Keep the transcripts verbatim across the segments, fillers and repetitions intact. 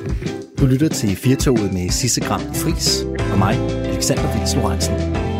Du lytter til Firtoget med Sisse Gram Friis og mig, Alexander Vils Lorentzen.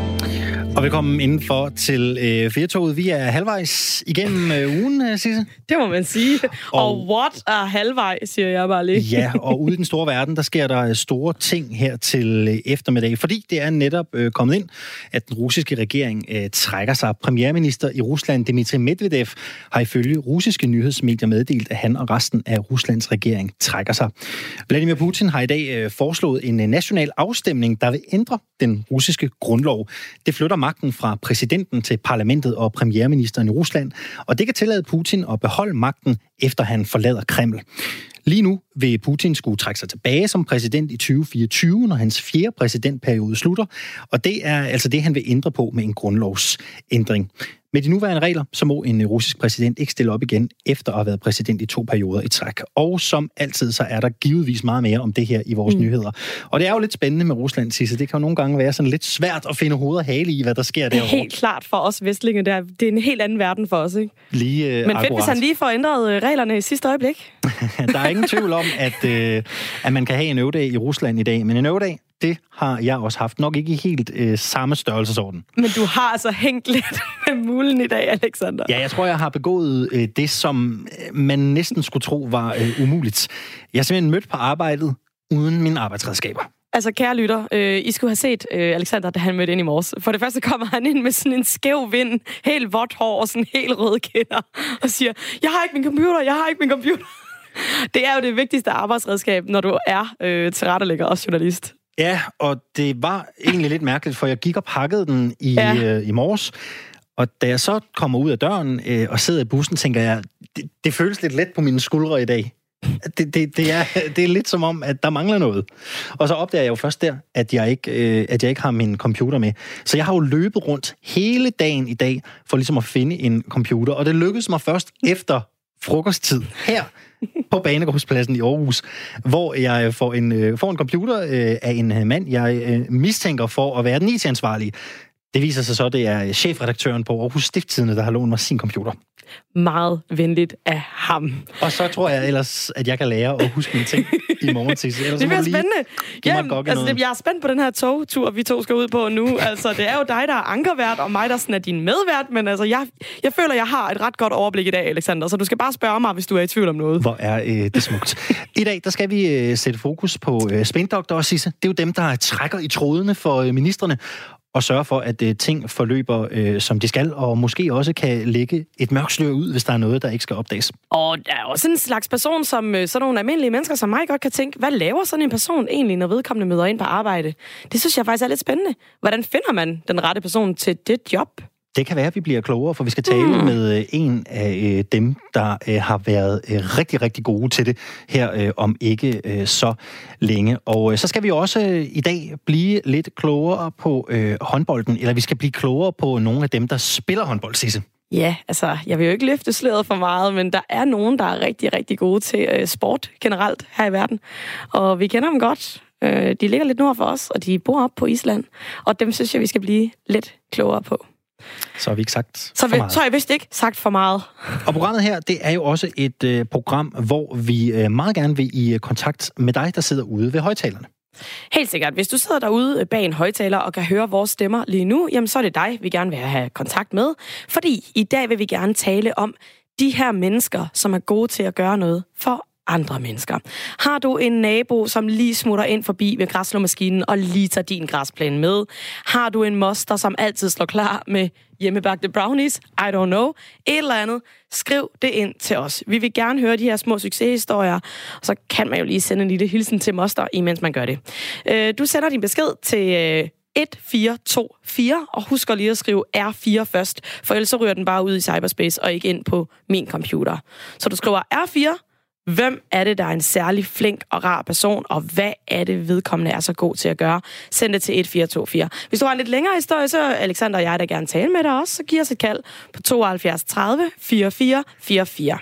Og velkommen indenfor til øh, Firtoget. Vi er halvvejs igennem øh, ugen, Sisse. Det må man sige. Og, og what er halvvej, siger jeg bare lige. Ja, og ude i den store verden, der sker der store ting her til øh, eftermiddag. Fordi det er netop øh, kommet ind, at den russiske regering øh, trækker sig. Premierminister i Rusland, Dmitry Medvedev, har ifølge russiske nyhedsmedier meddelt, at han og resten af Ruslands regering trækker sig. Vladimir Putin har i dag øh, foreslået en øh, national afstemning, der vil ændre den russiske grundlov. Det flytter magten fra præsidenten til parlamentet og premierministeren i Rusland, og det kan tillade Putin at beholde magten, efter han forlader Kreml. Lige nu vil Putin skulle trække sig tilbage som præsident i tyve fireogtyve, når hans fjerde præsidentperiode slutter, og det er altså det, han vil ændre på med en grundlovsændring. Med de nuværende regler, så må en russisk præsident ikke stille op igen, efter at have været præsident i to perioder i træk. Og som altid, så er der givetvis meget mere om det her i vores mm. nyheder. Og det er jo lidt spændende med Rusland, Sisse. Det kan jo nogle gange være sådan lidt svært at finde hoved og hale i, hvad der sker derovre. Helt klart for os vestlinge. Det er, det er en helt anden verden for os, ikke? Lige, øh, Men fedt, hvis han lige får ændret reglerne i sidste øjeblik. Der er ingen tvivl om, at, øh, at man kan have en øvedag i Rusland i dag. Men en øvedag, det har jeg også haft. Nok ikke i helt øh, samme størrelsesorden. Men du har altså hængt lidt med mulen i dag, Alexander. Ja, jeg tror, jeg har begået øh, det, som man næsten skulle tro var øh, umuligt. Jeg har simpelthen mødt på arbejdet uden mine arbejdsredskaber. Altså, kære lytter, øh, I skulle have set øh, Alexander, da han mødte ind i morges. For det første kommer han ind med sådan en skæv vind, helt vådt hår og sådan helt røde kinder, og siger, jeg har ikke min computer, jeg har ikke min computer. Det er jo det vigtigste arbejdsredskab, når du er øh, tilrettelægger og journalist. Ja, og det var egentlig lidt mærkeligt, for jeg gik og pakkede den i, ja. øh, i morges, og da jeg så kommer ud af døren øh, og sidder i bussen, tænker jeg, det, det føles lidt let på mine skuldre i dag. Det, det, det, er, det er lidt som om, at der mangler noget. Og så opdager jeg jo først der, at jeg ikke, øh, at jeg ikke har min computer med. Så jeg har jo løbet rundt hele dagen i dag, for ligesom at finde en computer, og det lykkedes mig først efter frokosttid her på Banegårdspladsen i Aarhus, hvor jeg får en, øh, får en computer øh, af en mand, jeg øh, mistænker for at være den I T-ansvarlige. Det viser sig så, det er chefredaktøren på Aarhus Stiftstidende, der har lånt mig sin computer. Meget venligt af ham. Og så tror jeg ellers, at jeg kan lære at huske mine ting i morgen til. Det bliver spændende. Jamen, altså, det, jeg er spændt på den her togtur, vi to skal ud på nu. Altså, det er jo dig, der er ankervært, og mig, der sådan er din medvært. Men altså, jeg, jeg føler, jeg har et ret godt overblik i dag, Alexander. Så du skal bare spørge mig, hvis du er i tvivl om noget. Hvor er øh, det smukt. I dag, der skal vi øh, sætte fokus på øh, spindoktor og Sisse. Det er jo dem, der trækker i trådene for øh, ministerne og sørge for, at øh, ting forløber, øh, som de skal, og måske også kan lægge et mørkt slør ud, hvis der er noget, der ikke skal opdages. Og der er også en slags person, som øh, sådan nogle almindelige mennesker som mig godt kan tænke, hvad laver sådan en person egentlig, når vedkommende møder ind på arbejde? Det synes jeg faktisk er lidt spændende. Hvordan finder man den rette person til det job? Det kan være, at vi bliver klogere, for vi skal tale mm. med en af dem, der har været rigtig, rigtig gode til det her om ikke så længe. Og så skal vi også i dag blive lidt klogere på håndbolden, eller vi skal blive klogere på nogle af dem, der spiller håndbold, Sisse. Ja, altså, jeg vil jo ikke løfte sløret for meget, men der er nogen, der er rigtig, rigtig gode til sport generelt her i verden. Og vi kender dem godt. De ligger lidt nord for os, og de bor op på Island. Og dem synes jeg, vi skal blive lidt klogere på. Så har vi ikke sagt så for meget. Så har jeg vist ikke sagt for meget. Og programmet her, det er jo også et øh, program, hvor vi øh, meget gerne vil i kontakt med dig, der sidder ude ved højtalerne. Helt sikkert. Hvis du sidder derude bag en højtaler og kan høre vores stemmer lige nu, jamen så er det dig, vi gerne vil have kontakt med. Fordi i dag vil vi gerne tale om de her mennesker, som er gode til at gøre noget for andre mennesker. Har du en nabo, som lige smutter ind forbi med græsslåmaskinen og lige tager din græsplæne med? Har du en moster, som altid slår klar med hjemmebagte brownies? I don't know. Et eller andet. Skriv det ind til os. Vi vil gerne høre de her små succeshistorier, og så kan man jo lige sende en lille hilsen til moster, imens man gør det. Du sender din besked til et fire to fire, og husk lige at skrive R fire først, for ellers så ryger den bare ud i cyberspace og ikke ind på min computer. Så du skriver R fire. Hvem er det, der er en særlig flink og rar person, og hvad er det, vedkommende er så god til at gøre? Send det til et fire to fire. Hvis du har en lidt længere historie, så Alexander og jeg der gerne tale med dig også, så giv os et kald på tooghalvfjerds tredive fireogfyrre fireogfyrre.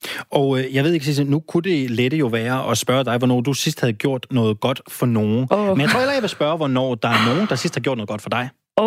Og øh, jeg ved ikke, Sisse, nu kunne det lette jo være at spørge dig, hvornår du sidst havde gjort noget godt for nogen. Oh. Men jeg tror heller, jeg vil spørge, hvornår der er nogen, der sidst har gjort noget godt for dig. Okay.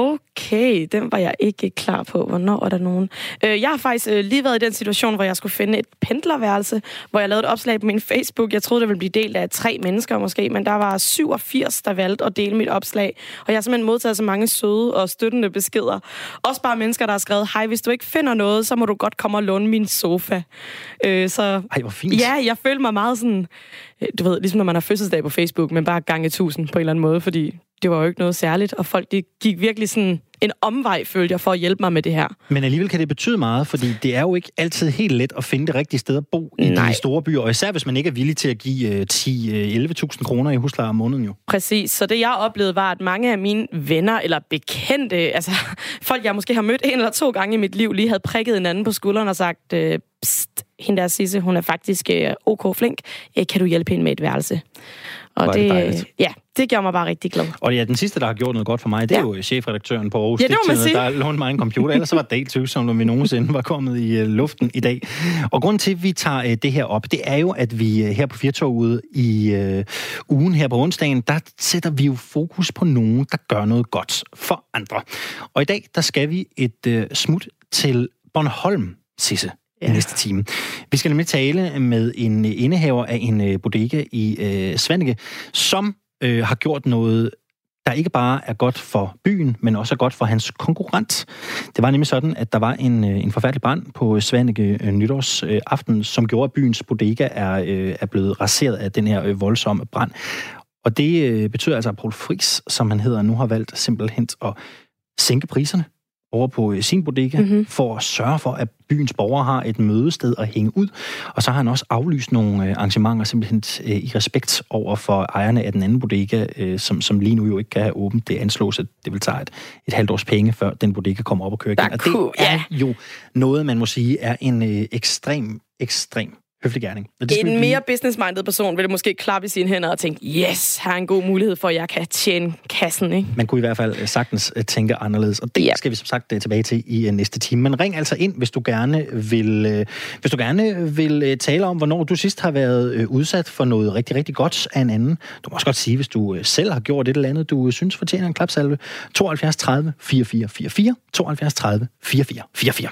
Okay, den var jeg ikke klar på. Hvornår er der nogen? Øh, jeg har faktisk øh, lige været i den situation, hvor jeg skulle finde et pendlerværelse, hvor jeg lavede et opslag på min Facebook. Jeg troede, det ville blive delt af tre mennesker måske, men der var syvogfirs, der valgte at dele mit opslag. Og jeg har simpelthen modtaget så mange søde og støttende beskeder. Også bare mennesker, der har skrevet, hej, hvis du ikke finder noget, så må du godt komme og låne min sofa. Øh, så, Ej, hvor fint. Ja, jeg følte mig meget sådan, du ved, ligesom når man har fødselsdag på Facebook, men bare gange tusind på en eller anden måde, fordi det var jo ikke noget særligt, og folk de gik virkelig sådan en omvej, følte jeg, for at hjælpe mig med det her. Men alligevel kan det betyde meget, fordi det er jo ikke altid helt let at finde det rigtige sted at bo i Nej. de store byer, og især hvis man ikke er villig til at give ti til elleve tusind kroner i husleje om måneden jo. Præcis, så det jeg oplevede var, at mange af mine venner eller bekendte, altså folk jeg måske har mødt en eller to gange i mit liv, lige havde prikket en anden på skulderen og sagt, pst, hende der Sisse, hun er faktisk ok flink, kan du hjælpe hende med et værelse? Og det, det ja, det gjorde mig bare rigtig glad. Og ja, den sidste, der har gjort noget godt for mig, det er ja. jo chefredaktøren på Aarhus ja, Stiftstidende, der lånte mig en computer. Ellers så var det ikke tvivlsomt, om vi nogensinde var kommet i uh, luften i dag. Og grunden til, at vi tager uh, det her op, det er jo, at vi uh, her på Firtoget i uh, ugen her på onsdagen, der sætter vi jo fokus på nogen, der gør noget godt for andre. Og i dag, der skal vi et uh, smut til Bornholm, Sisse. Ja. Næste time. Vi skal nemlig tale med en indehaver af en øh, bodega i øh, Svaneke, som øh, har gjort noget, der ikke bare er godt for byen, men også er godt for hans konkurrent. Det var nemlig sådan, at der var en, øh, en forfærdelig brand på Svaneke øh, nytårsaften, øh, som gjorde, at byens bodega er, øh, er blevet raseret af den her øh, voldsomme brand. Og det øh, betyder altså, at Paul Friis, som han hedder, nu har valgt simpelthen at sænke priserne over på sin bodega, mm-hmm. for at sørge for, at byens borgere har et mødested at hænge ud. Og så har han også aflyst nogle arrangementer simpelthen i respekt over for ejerne af den anden bodega, som, som lige nu jo ikke kan have åbent. Det anslås, at det vil tage et, et halvt års penge, før den bodega kommer op og kører igen. Og det er jo noget, man må sige, er en ekstrem, ekstrem høflig gerning. En blive... mere business-minded person ville måske klappe i sine hænder og tænke, yes, her er en god mulighed for, at jeg kan tjene kassen, ikke? Man kunne i hvert fald sagtens tænke anderledes, og det ja. skal vi som sagt tilbage til i næste time. Men ring altså ind, hvis du gerne vil, hvis du gerne vil tale om, hvornår du sidst har været udsat for noget rigtig, rigtig godt af en anden. Du må også godt sige, hvis du selv har gjort et eller andet, du synes fortjener en klapsalve. tooghalvfjerds tredive fireogfyrre fireogfyrre, tooghalvfjerds tredive fireogfyrre fireogfyrre.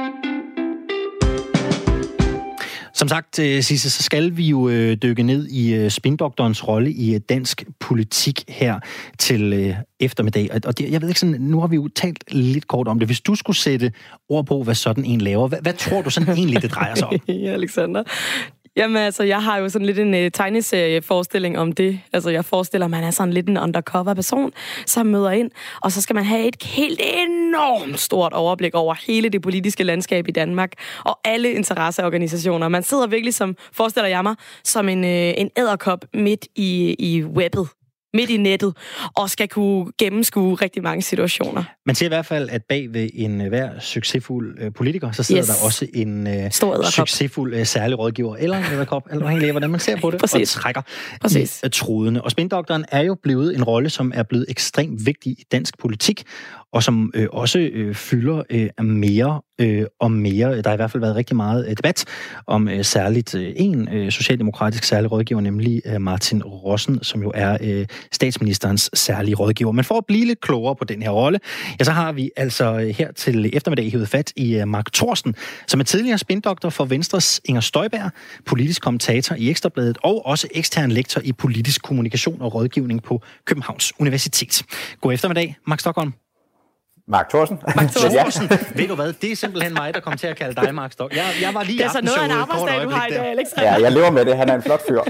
Som sagt, Sisse, så skal vi jo dykke ned i spindoktorens rolle i dansk politik her til eftermiddag. Og det, jeg ved ikke sådan, nu har vi jo talt lidt kort om det. Hvis du skulle sætte ord på, hvad sådan en laver, hvad, hvad tror du sådan egentlig, det drejer sig om? Ja, Alexander. Jamen altså, jeg har jo sådan lidt en uh, tegneserie-forestilling om det. Altså, jeg forestiller, at man er sådan lidt en undercover-person, som møder ind, og så skal man have et helt enormt stort overblik over hele det politiske landskab i Danmark, og alle interesseorganisationer. Man sidder virkelig, som forestiller jeg mig, som en, uh, en edderkop midt i, i webbet. midt i nettet, og skal kunne gennemskue rigtig mange situationer. Man ser i hvert fald, at bag ved en hver succesfuld øh, politiker, så sidder yes. der også en øh, succesfuld øh, særlig rådgiver, eller en edderkop, eller helt hvordan man ser på det, Præcis. og trækker Præcis. i trådene. Og spindoktoren er jo blevet en rolle, som er blevet ekstremt vigtig i dansk politik, og som øh, også øh, fylder øh, mere øh, og mere. Der har i hvert fald været rigtig meget øh, debat om øh, særligt øh, en øh, socialdemokratisk særlig rådgiver, nemlig øh, Martin Rossen, som jo er øh, statsministerens særlige rådgiver. Men for at blive lidt klogere på den her rolle, ja, så har vi altså øh, her til eftermiddag hævet fat i øh, Mark Thorsten, som er tidligere spindoktor for Venstres Inger Støjberg, politisk kommentator i Ekstrabladet og også ekstern lektor i politisk kommunikation og rådgivning på Københavns Universitet. God eftermiddag, Mark Stockholm. Mark Thorsten. Mark Thorsten. Ja. Ved du hvad, det er simpelthen mig, der kom til at kalde dig Mark Stock. Jeg, jeg var lige det er så noget af en arbejdsdag, du har i dag, Alex. Ja, jeg lever med det. Han er en flot fyr.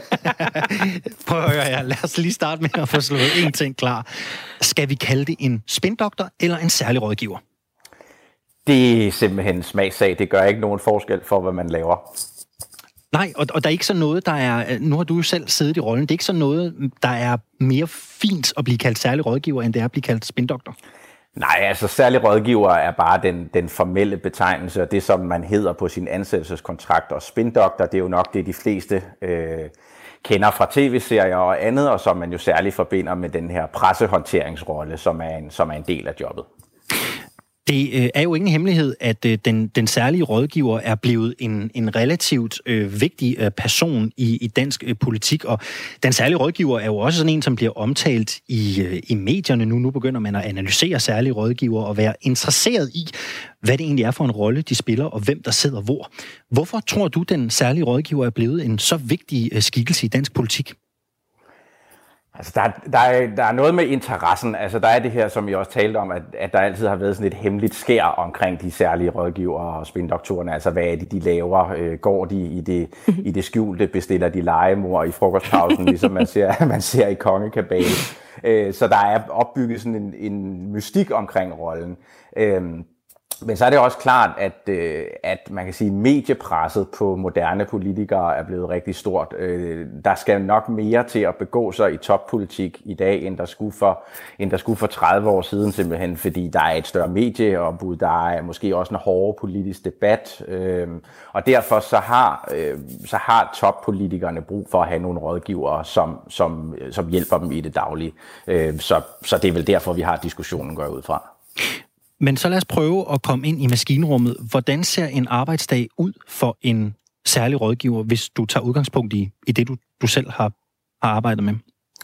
Prøv at høre her. Lad os lige starte med at få slået en ting klar. Skal vi kalde det en spindoktor eller en særlig rådgiver? Det er simpelthen en smagssag. Det gør ikke nogen forskel for, hvad man laver. Nej, og, og der er ikke sådan noget, der er... Nu har du jo selv siddet i rollen. Det er ikke sådan noget, der er mere fint at blive kaldt særlig rådgiver, end det er at blive kaldt spindoktor. Nej, altså særlig rådgiver er bare den, den formelle betegnelse, og det som man hedder på sin ansættelseskontrakt. Og spindoktor, det er jo nok det, de fleste øh, kender fra tv-serier og andet, og som man jo særligt forbinder med den her pressehåndteringsrolle, som er en, som er en del af jobbet. Det øh, er jo ingen hemmelighed, at øh, den, den særlige rådgiver er blevet en, en relativt øh, vigtig øh, person i, i dansk øh, politik, og den særlige rådgiver er jo også sådan en, som bliver omtalt i, øh, i medierne nu. Nu begynder man at analysere særlige rådgiver og være interesseret i, hvad det egentlig er for en rolle, de spiller, og hvem der sidder hvor. Hvorfor tror du, den særlige rådgiver er blevet en så vigtig øh, skikkelse i dansk politik? Altså, der, der, er, der er noget med interessen. Altså, der er det her, som I også talte om, at, at der altid har været sådan et hemmeligt skær omkring de særlige rådgivere og spindoktorerne. Altså, hvad er det, de laver? Øh, går de i det, i det skjulte? Bestiller de legemor i frokostpausen, ligesom man ser, man ser i Kongekabale? Øh, så der er opbygget sådan en, en mystik omkring rollen. Øh, Men så er det også klart, at, øh, at man kan sige, at mediepresset på moderne politikere er blevet rigtig stort. Øh, der skal nok mere til at begå sig i toppolitik i dag, end der skulle for, end der skulle for tredive år siden, simpelthen fordi der er et større medieombud, der er måske også en hårdere politisk debat, øh, og derfor så har, øh, så har toppolitikerne brug for at have nogle rådgivere, som, som, som hjælper dem i det daglige. Øh, så, så det er vel derfor, vi har diskussionen, går jeg ud fra. Men så lad os prøve at komme ind i maskinrummet. Hvordan ser en arbejdsdag ud for en særlig rådgiver, hvis du tager udgangspunkt i, i det, du, du selv har, har arbejdet med?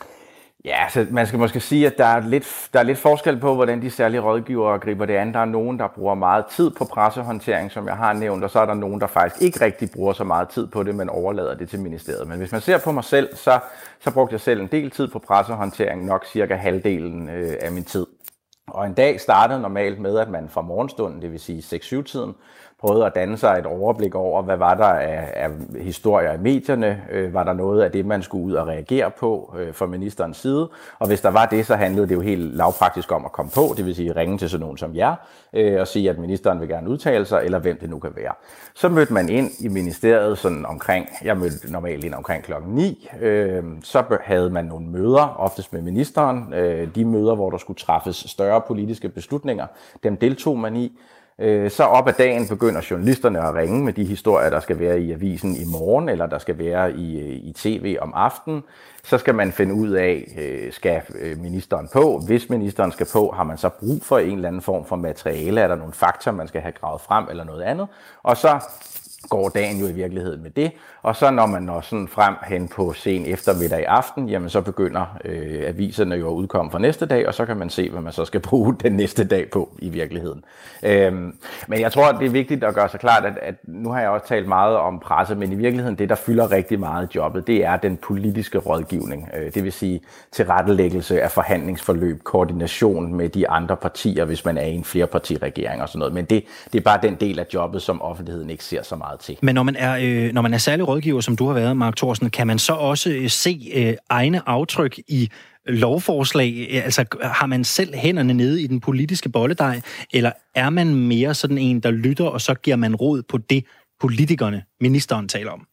Ja, så man skal måske sige, at der er, lidt, der er lidt forskel på, hvordan de særlige rådgivere griber det an. Der er nogen, der bruger meget tid på pressehåndtering, som jeg har nævnt, og så er der nogen, der faktisk ikke rigtig bruger så meget tid på det, men overlader det til ministeriet. Men hvis man ser på mig selv, så, så brugte jeg selv en del tid på pressehåndtering, nok cirka halvdelen øh, af min tid. Og en dag startede normalt med, at man fra morgenstunden, det vil sige seks syv tiden, prøvede at danne sig et overblik over, hvad var der af, af historier i medierne, øh, var der noget af det, man skulle ud og reagere på øh, fra ministerens side, og hvis der var det, så handlede det jo helt lavpraktisk om at komme på, det vil sige ringe til sådan nogen som jer, øh, og sige, at ministeren vil gerne udtale sig, eller hvem det nu kan være. Så mødte man ind i ministeriet sådan omkring, jeg mødte normalt ind omkring klokken ni, øh, så havde man nogle møder, oftest med ministeren, øh, de møder, hvor der skulle træffes større politiske beslutninger, dem deltog man i. Så op ad dagen begynder journalisterne at ringe med de historier, der skal være i avisen i morgen, eller der skal være i, i tv om aftenen. Så skal man finde ud af, skal ministeren på? Hvis ministeren skal på, har man så brug for en eller anden form for materiale? Er der nogle fakta, man skal have gravet frem, eller noget andet? Og så går dagen jo i virkeligheden med det, og så når man når sådan frem hen på sen eftermiddag i aften, jamen så begynder øh, aviserne jo at udkomme for næste dag, og så kan man se, hvad man så skal bruge den næste dag på i virkeligheden. Øhm, men jeg tror, at det er vigtigt at gøre sig klart, at, at nu har jeg også talt meget om presse, men i virkeligheden det, der fylder rigtig meget i jobbet, det er den politiske rådgivning. Øh, det vil sige tilrettelæggelse af forhandlingsforløb, koordination med de andre partier, hvis man er i en flerpartiregering og sådan noget. Men det, det er bare den del af jobbet, som offentligheden ikke ser så meget til. Men når man er, øh, når man er særlig rådgiver, som du har været, Mark Thorsen, kan man så også øh, se øh, egne aftryk i lovforslag? Altså har man selv hænderne nede i den politiske bolledej, eller er man mere sådan en, der lytter, og så giver man råd på det, politikerne, ministeren taler om?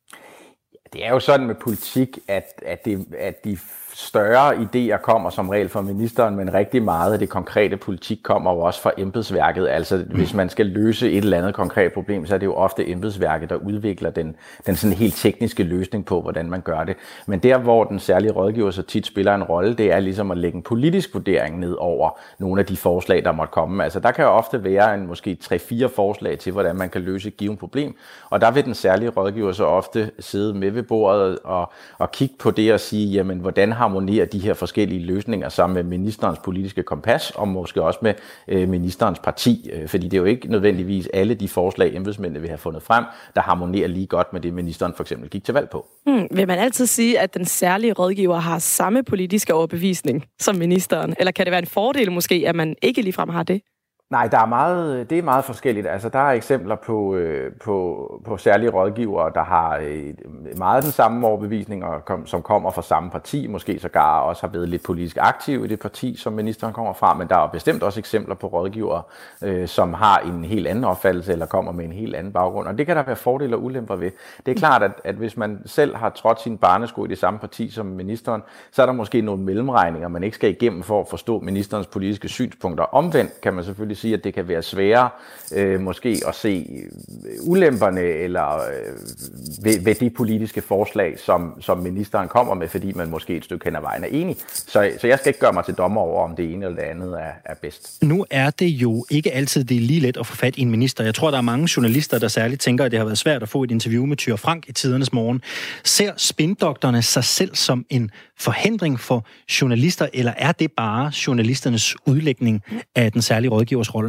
Det er jo sådan med politik, at, at, det, at de større idéer kommer som regel fra ministeren, men rigtig meget af det konkrete politik kommer jo også fra embedsværket. Altså hvis man skal løse et eller andet konkret problem, så er det jo ofte embedsværket, der udvikler den, den sådan helt tekniske løsning på, hvordan man gør det. Men der, hvor den særlige rådgiver så tit spiller en rolle, det er ligesom at lægge en politisk vurdering ned over nogle af de forslag, der måtte komme. Altså der kan jo ofte være en måske tre fire forslag til, hvordan man kan løse et givet problem, og der vil den særlige rådgiver så ofte sidde med ved bordet og, og kigge på det og sige, jamen hvordan harmonerer de her forskellige løsninger sammen med ministerens politiske kompas, og måske også med øh, ministerens parti, øh, fordi det er jo ikke nødvendigvis alle de forslag, embedsmændene vil have fundet frem, der harmonerer lige godt med det, ministeren for eksempel gik til valg på. Hmm, vil man altid sige, at den særlige rådgiver har samme politiske overbevisning som ministeren, eller kan det være en fordel måske, at man ikke ligefrem har det? Nej, der er meget, det er meget forskelligt. Altså, der er eksempler på, øh, på, på særlige rådgivere, der har øh, meget den samme overbevisning, og kom, som kommer fra samme parti, måske sågar også har været lidt politisk aktiv i det parti, som ministeren kommer fra, men der er bestemt også eksempler på rådgivere, øh, som har en helt anden opfattelse, eller kommer med en helt anden baggrund, og det kan der være fordele og ulemper ved. Det er klart, at, at hvis man selv har trådt sin barnesko i det samme parti som ministeren, så er der måske nogle mellemregninger, man ikke skal igennem for at forstå ministerens politiske synspunkter. Omvendt kan man selvfølgelig vil sige, at det kan være sværere øh, måske at se ulemperne eller øh, ved, ved de politiske forslag, som, som ministeren kommer med, fordi man måske et stykke hen ad vejen er enig. Så, så jeg skal ikke gøre mig til dommer over, om det ene eller det andet er, er bedst. Nu er det jo ikke altid det er lige let at få fat i en minister. Jeg tror, der er mange journalister, der særligt tænker, at det har været svært at få et interview med Thyra Frank i Tidernes Morgen. Ser spindoktorerne sig selv som en forhindring for journalister, eller er det bare journalisternes udlægning af den særlige rådgivers rolle?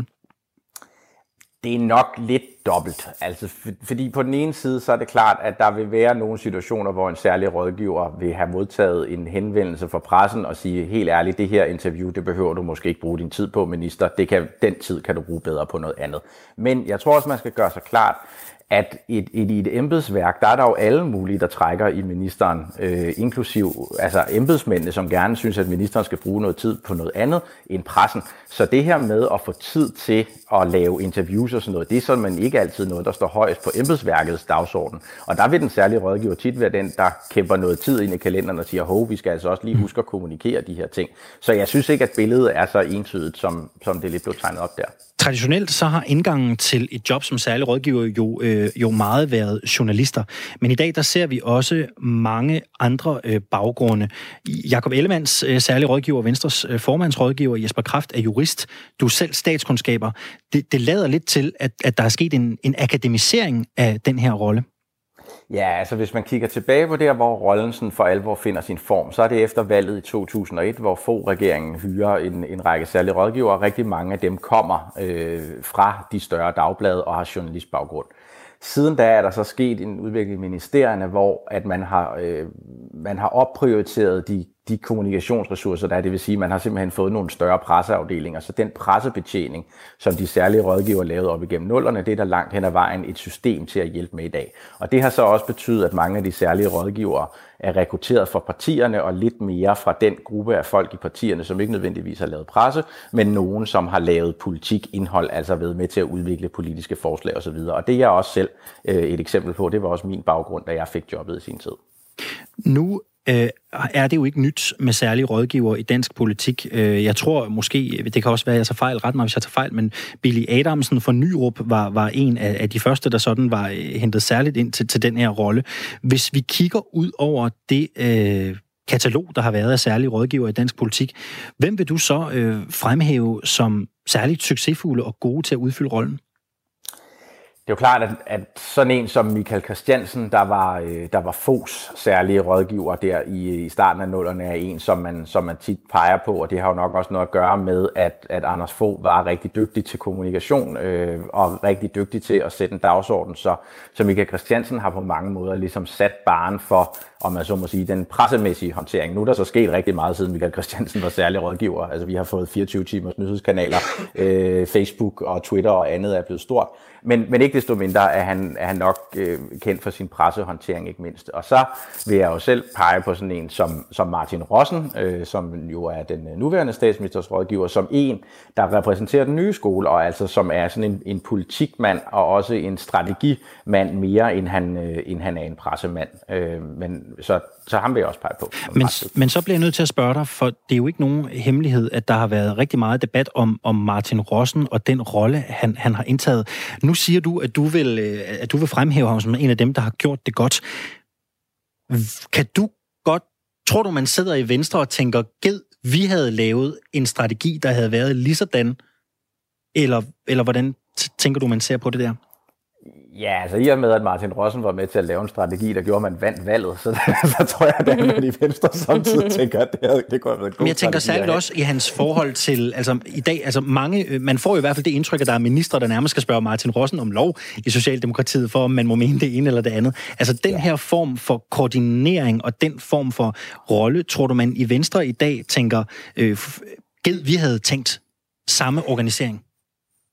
Det er nok lidt dobbelt. Altså, fordi på den ene side, så er det klart, at der vil være nogle situationer, hvor en særlig rådgiver vil have modtaget en henvendelse fra pressen og sige, helt ærligt, det her interview, det behøver du måske ikke bruge din tid på, minister. Det kan, den tid kan du bruge bedre på noget andet. Men jeg tror også, man skal gøre sig klart, at et, et, i et embedsværk, der er der jo alle mulige, der trækker i ministeren, øh, inklusiv altså embedsmændene, som gerne synes, at ministeren skal bruge noget tid på noget andet end pressen. Så det her med at få tid til at lave interviews og sådan noget, det er sådan man ikke altid noget, der står højst på embedsværkets dagsorden. Og der vil den særlige rådgiver tit være den, der kæmper noget tid ind i kalenderen og siger, hov, vi skal altså også lige huske at kommunikere de her ting. Så jeg synes ikke, at billedet er så entydigt, som, som det lidt blev tegnet op der. Traditionelt så har indgangen til et job som særlig rådgiver jo, øh, jo meget været journalister. Men i dag der ser vi også mange andre øh, baggrunde. Jakob Ellemanns øh, særlig rådgiver, Venstres øh, formandsrådgiver, Jesper Kraft, er jurist. Du er selv statskundskaber. Det, det lader lidt til, at, at der er sket en, en akademisering af den her rolle. Ja, altså hvis man kigger tilbage på der, hvor rollen sådan for alvor finder sin form, så er det efter valget i to tusind og et, hvor Fogh-regeringen hyrer en, en række særlige rådgivere. Rigtig mange af dem kommer øh, fra de større dagblade og har journalistbaggrund. Siden da er der så sket en udvikling i ministerierne, hvor at man har, øh, man har opprioriteret de de kommunikationsressourcer, der er, det vil sige, at man har simpelthen fået nogle større presseafdelinger. Så den pressebetjening, som de særlige rådgiver lavede op igennem nullerne, det er der langt hen ad vejen et system til at hjælpe med i dag. Og det har så også betydet, at mange af de særlige rådgivere er rekrutteret fra partierne og lidt mere fra den gruppe af folk i partierne, som ikke nødvendigvis har lavet presse, men nogen, som har lavet politikindhold, altså været med til at udvikle politiske forslag osv. Og det er jeg også selv et eksempel på. Det var også min baggrund, da jeg fik jobbet i sin tid. Nu øh, er det jo ikke nyt med særlige rådgiver i dansk politik. Jeg tror måske, det kan også være, at jeg tager fejl, ret mig, hvis jeg tager fejl, men Billy Adamsen fra Nyrup var, var en af, af de første, der sådan var hentet særligt ind til, til den her rolle. Hvis vi kigger ud over det øh, katalog, der har været af særlige rådgiver i dansk politik, hvem vil du så øh, fremhæve som særligt succesfulde og gode til at udfylde rollen? Det er jo klart, at, at sådan en som Michael Christiansen, der var, der var Foghs særlige rådgiver der i, i starten af nullerne, er en, som man, som man tit peger på, og det har jo nok også noget at gøre med, at, at Anders Fogh var rigtig dygtig til kommunikation øh, og rigtig dygtig til at sætte en dagsorden. Så, så Michael Christiansen har på mange måder ligesom sat barren for, om man så må sige, den pressemæssige håndtering. Nu er der så sket rigtig meget, siden Michael Christiansen var særlig rådgiver. Altså vi har fået fireogtyve timers nyhedskanaler, øh, Facebook og Twitter og andet er blevet stort. Men, men ikke desto mindre er han, er han nok øh, kendt for sin pressehåndtering, ikke mindst. Og så vil jeg jo selv pege på sådan en som, som Martin Rossen, øh, som jo er den nuværende statsministers rådgiver, som en, der repræsenterer den nye skole, og altså som er sådan en, en politikmand og også en strategimand mere, end han, øh, end han er en pressemand. Øh, men så, så ham vil jeg også pege på. Men, men så bliver jeg nødt til at spørge dig, for det er jo ikke nogen hemmelighed, at der har været rigtig meget debat om, om Martin Rossen og den rolle, han, han har indtaget. Nu siger du, at du vil, at du vil fremhæve ham som en af dem, der har gjort det godt. Kan du godt, tror du, man sidder i Venstre og tænker, ged, vi havde lavet en strategi, der havde været lige sådan, eller, eller hvordan tænker du, man ser på det der? Ja, altså i og med, at Martin Rossen var med til at lave en strategi, der gjorde, at man vandt valget, så, så tror jeg, at man i Venstre samtidig tænker, at det, det kunne have været en god. Men jeg tænker særligt også i hans forhold til, altså i dag, altså mange, man får jo i hvert fald det indtryk, at der er ministre, der nærmest skal spørge Martin Rossen om lov i Socialdemokratiet, for om man må mene det ene eller det andet. Altså den ja. her form for koordinering og den form for rolle, tror du, man i Venstre i dag tænker, øh, ged, vi havde tænkt samme organisering?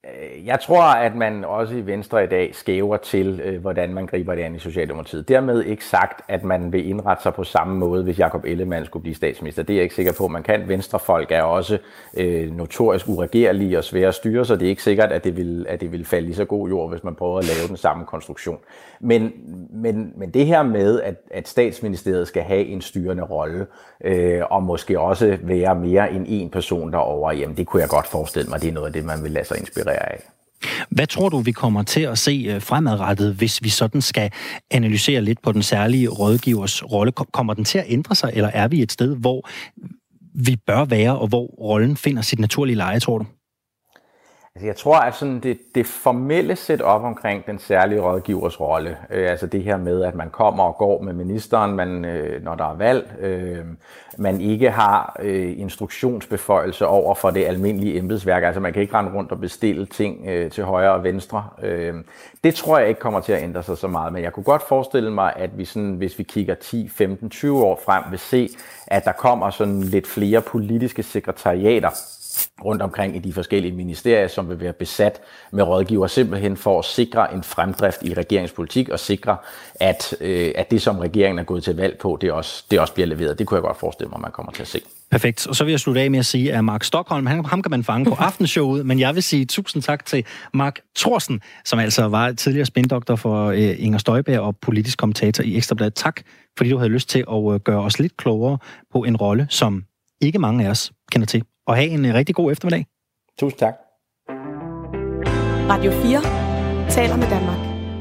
Jeg tror, at man også i Venstre i dag skæver til, øh, hvordan man griber det an i Socialdemokratiet. Dermed ikke sagt, at man vil indrette sig på samme måde, hvis Jakob Ellemann skulle blive statsminister. Det er jeg ikke sikker på, man kan. Venstrefolk er også øh, notorisk uregerlige og svære at styre, så det er ikke sikkert, at det vil, at det vil falde i så god jord, hvis man prøver at lave den samme konstruktion. Men, men, men det her med, at, at statsministeriet skal have en styrende rolle, øh, og måske også være mere end en person derovre, jamen det kunne jeg godt forestille mig, det er noget af det, man vil lade sig inspirere af. Hvad tror du, vi kommer til at se fremadrettet, hvis vi sådan skal analysere lidt på den særlige rådgivers rolle? Kommer den til at ændre sig, eller er vi et sted, hvor vi bør være, og hvor rollen finder sit naturlige leje, tror du? Altså, jeg tror, at sådan det, det formelle setup omkring den særlige rådgivers rolle, øh, altså det her med, at man kommer og går med ministeren, man, øh, når der er valg, øh, man ikke har øh, instruktionsbeføjelse over for det almindelige embedsværk, altså man kan ikke rende rundt og bestille ting øh, til højre og venstre. Øh, det tror jeg ikke kommer til at ændre sig så meget, men jeg kunne godt forestille mig, at vi sådan, hvis vi kigger ti, femten, tyve år frem, vil se, at der kommer sådan lidt flere politiske sekretariater rundt omkring i de forskellige ministerier, som vil være besat med rådgiver, simpelthen for at sikre en fremdrift i regeringspolitik og sikre, at, øh, at det, som regeringen er gået til valg på, det også, det også bliver leveret. Det kunne jeg godt forestille mig, man kommer til at se. Perfekt. Og så vil jeg slutte af med at sige, at Mark Stokholm, han, ham kan man fange på Aftenshowet, men jeg vil sige tusind tak til Mark Thorsen, som altså var tidligere spindoktor for øh, Inger Støjberg og politisk kommentator i Ekstra Bladet. Tak, fordi du havde lyst til at øh, gøre os lidt klogere på en rolle, som ikke mange af os kender til. Og have en rigtig god eftermiddag. Tusind tak. Radio fire taler med Danmark.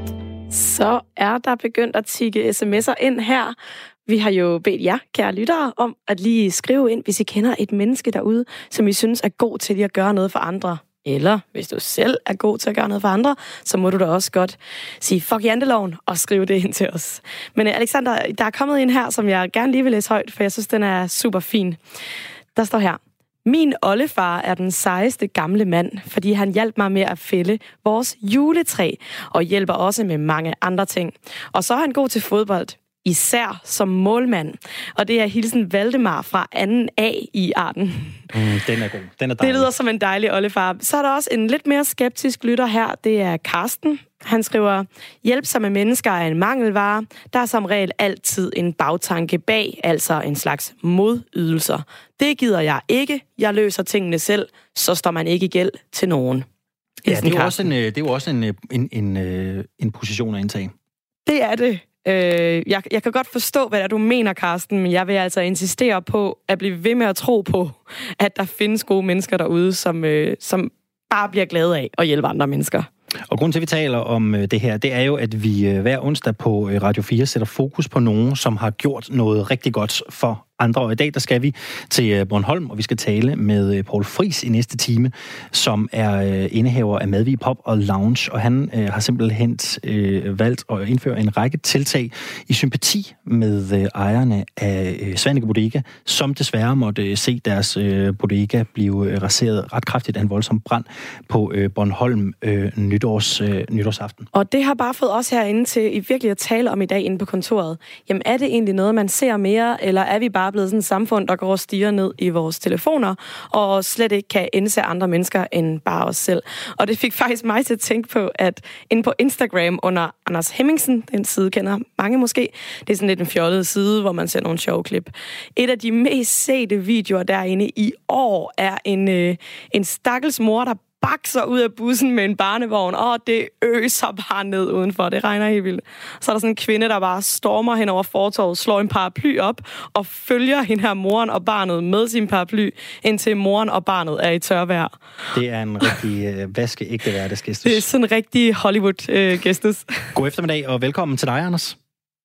Så er der begyndt at tikke sms'er ind her. Vi har jo bedt jer, kære lyttere, om at lige skrive ind, hvis I kender et menneske derude, som I synes er god til at gøre noget for andre. Eller hvis du selv er god til at gøre noget for andre, så må du da også godt sige fuck janteloven og skrive det ind til os. Men Alexander, der er kommet en her, som jeg gerne lige vil læse højt, for jeg synes, den er super fin. Der står her: min oldefar er den sejeste gamle mand, fordi han hjalp mig med at fælde vores juletræ, og hjælper også med mange andre ting. Og så er han god til fodbold, især som målmand. Og det er hilsen Valdemar fra anden A i Arden. Mm, den er god. Den er dejlig. Det lyder som en dejlig oldefar. Så er der også en lidt mere skeptisk lytter her. Det er Karsten. Han skriver: hjælpsomme mennesker er en mangelvare. Der er som regel altid en bagtanke bag, altså en slags modydelser. Det gider jeg ikke. Jeg løser tingene selv, så står man ikke i gæld til nogen. Ja, det er jo også en, det er jo også en, en, en, en position at indtage. Det er det. Jeg, jeg kan godt forstå, hvad det er, du mener, Karsten, men jeg vil altså insistere på at blive ved med at tro på, at der findes gode mennesker derude, som, som bare bliver glade af at hjælpe andre mennesker. Og grunden til, at vi taler om det her, det er jo, at vi hver onsdag på Radio fire sætter fokus på nogen, som har gjort noget rigtig godt for andre. Og i dag, der skal vi til Bornholm, og vi skal tale med Poul Friis i næste time, som er indehaver af Madvig Pop og Lounge, og han øh, har simpelthen øh, valgt at indføre en række tiltag i sympati med øh, ejerne af øh, Svaneke Bodega, som desværre måtte øh, se deres øh, bodega blive øh, raseret ret kraftigt af en voldsom brand på øh, Bornholm øh, nytårs, øh, nytårsaften. Og det har bare fået os herinde til i virkelig at tale om i dag inde på kontoret. Jamen er det egentlig noget, man ser mere, eller er vi bare blevet sådan et samfund, der går og stiger ned i vores telefoner, og slet ikke kan indse andre mennesker end bare os selv. Og det fik faktisk mig til at tænke på, at inde på Instagram under Anders Hemmingsen, den side kender mange måske, det er sådan lidt en fjollet side, hvor man ser nogle sjove klip. Et af de mest sete videoer derinde i år er en, øh, en stakkels mor, der bakser ud af bussen med en barnevogn, og det øser bare ned udenfor. Det regner helt vildt. Så er der sådan en kvinde, der bare stormer hen over fortovet, slår en paraply op, og følger hende her moren og barnet med sin paraply, indtil moren og barnet er i tørvejr. Det er en rigtig øh, vaskeægte hverdagsgestus. Det er sådan en rigtig Hollywood-gestus. Øh, God eftermiddag, og velkommen til dig, Anders.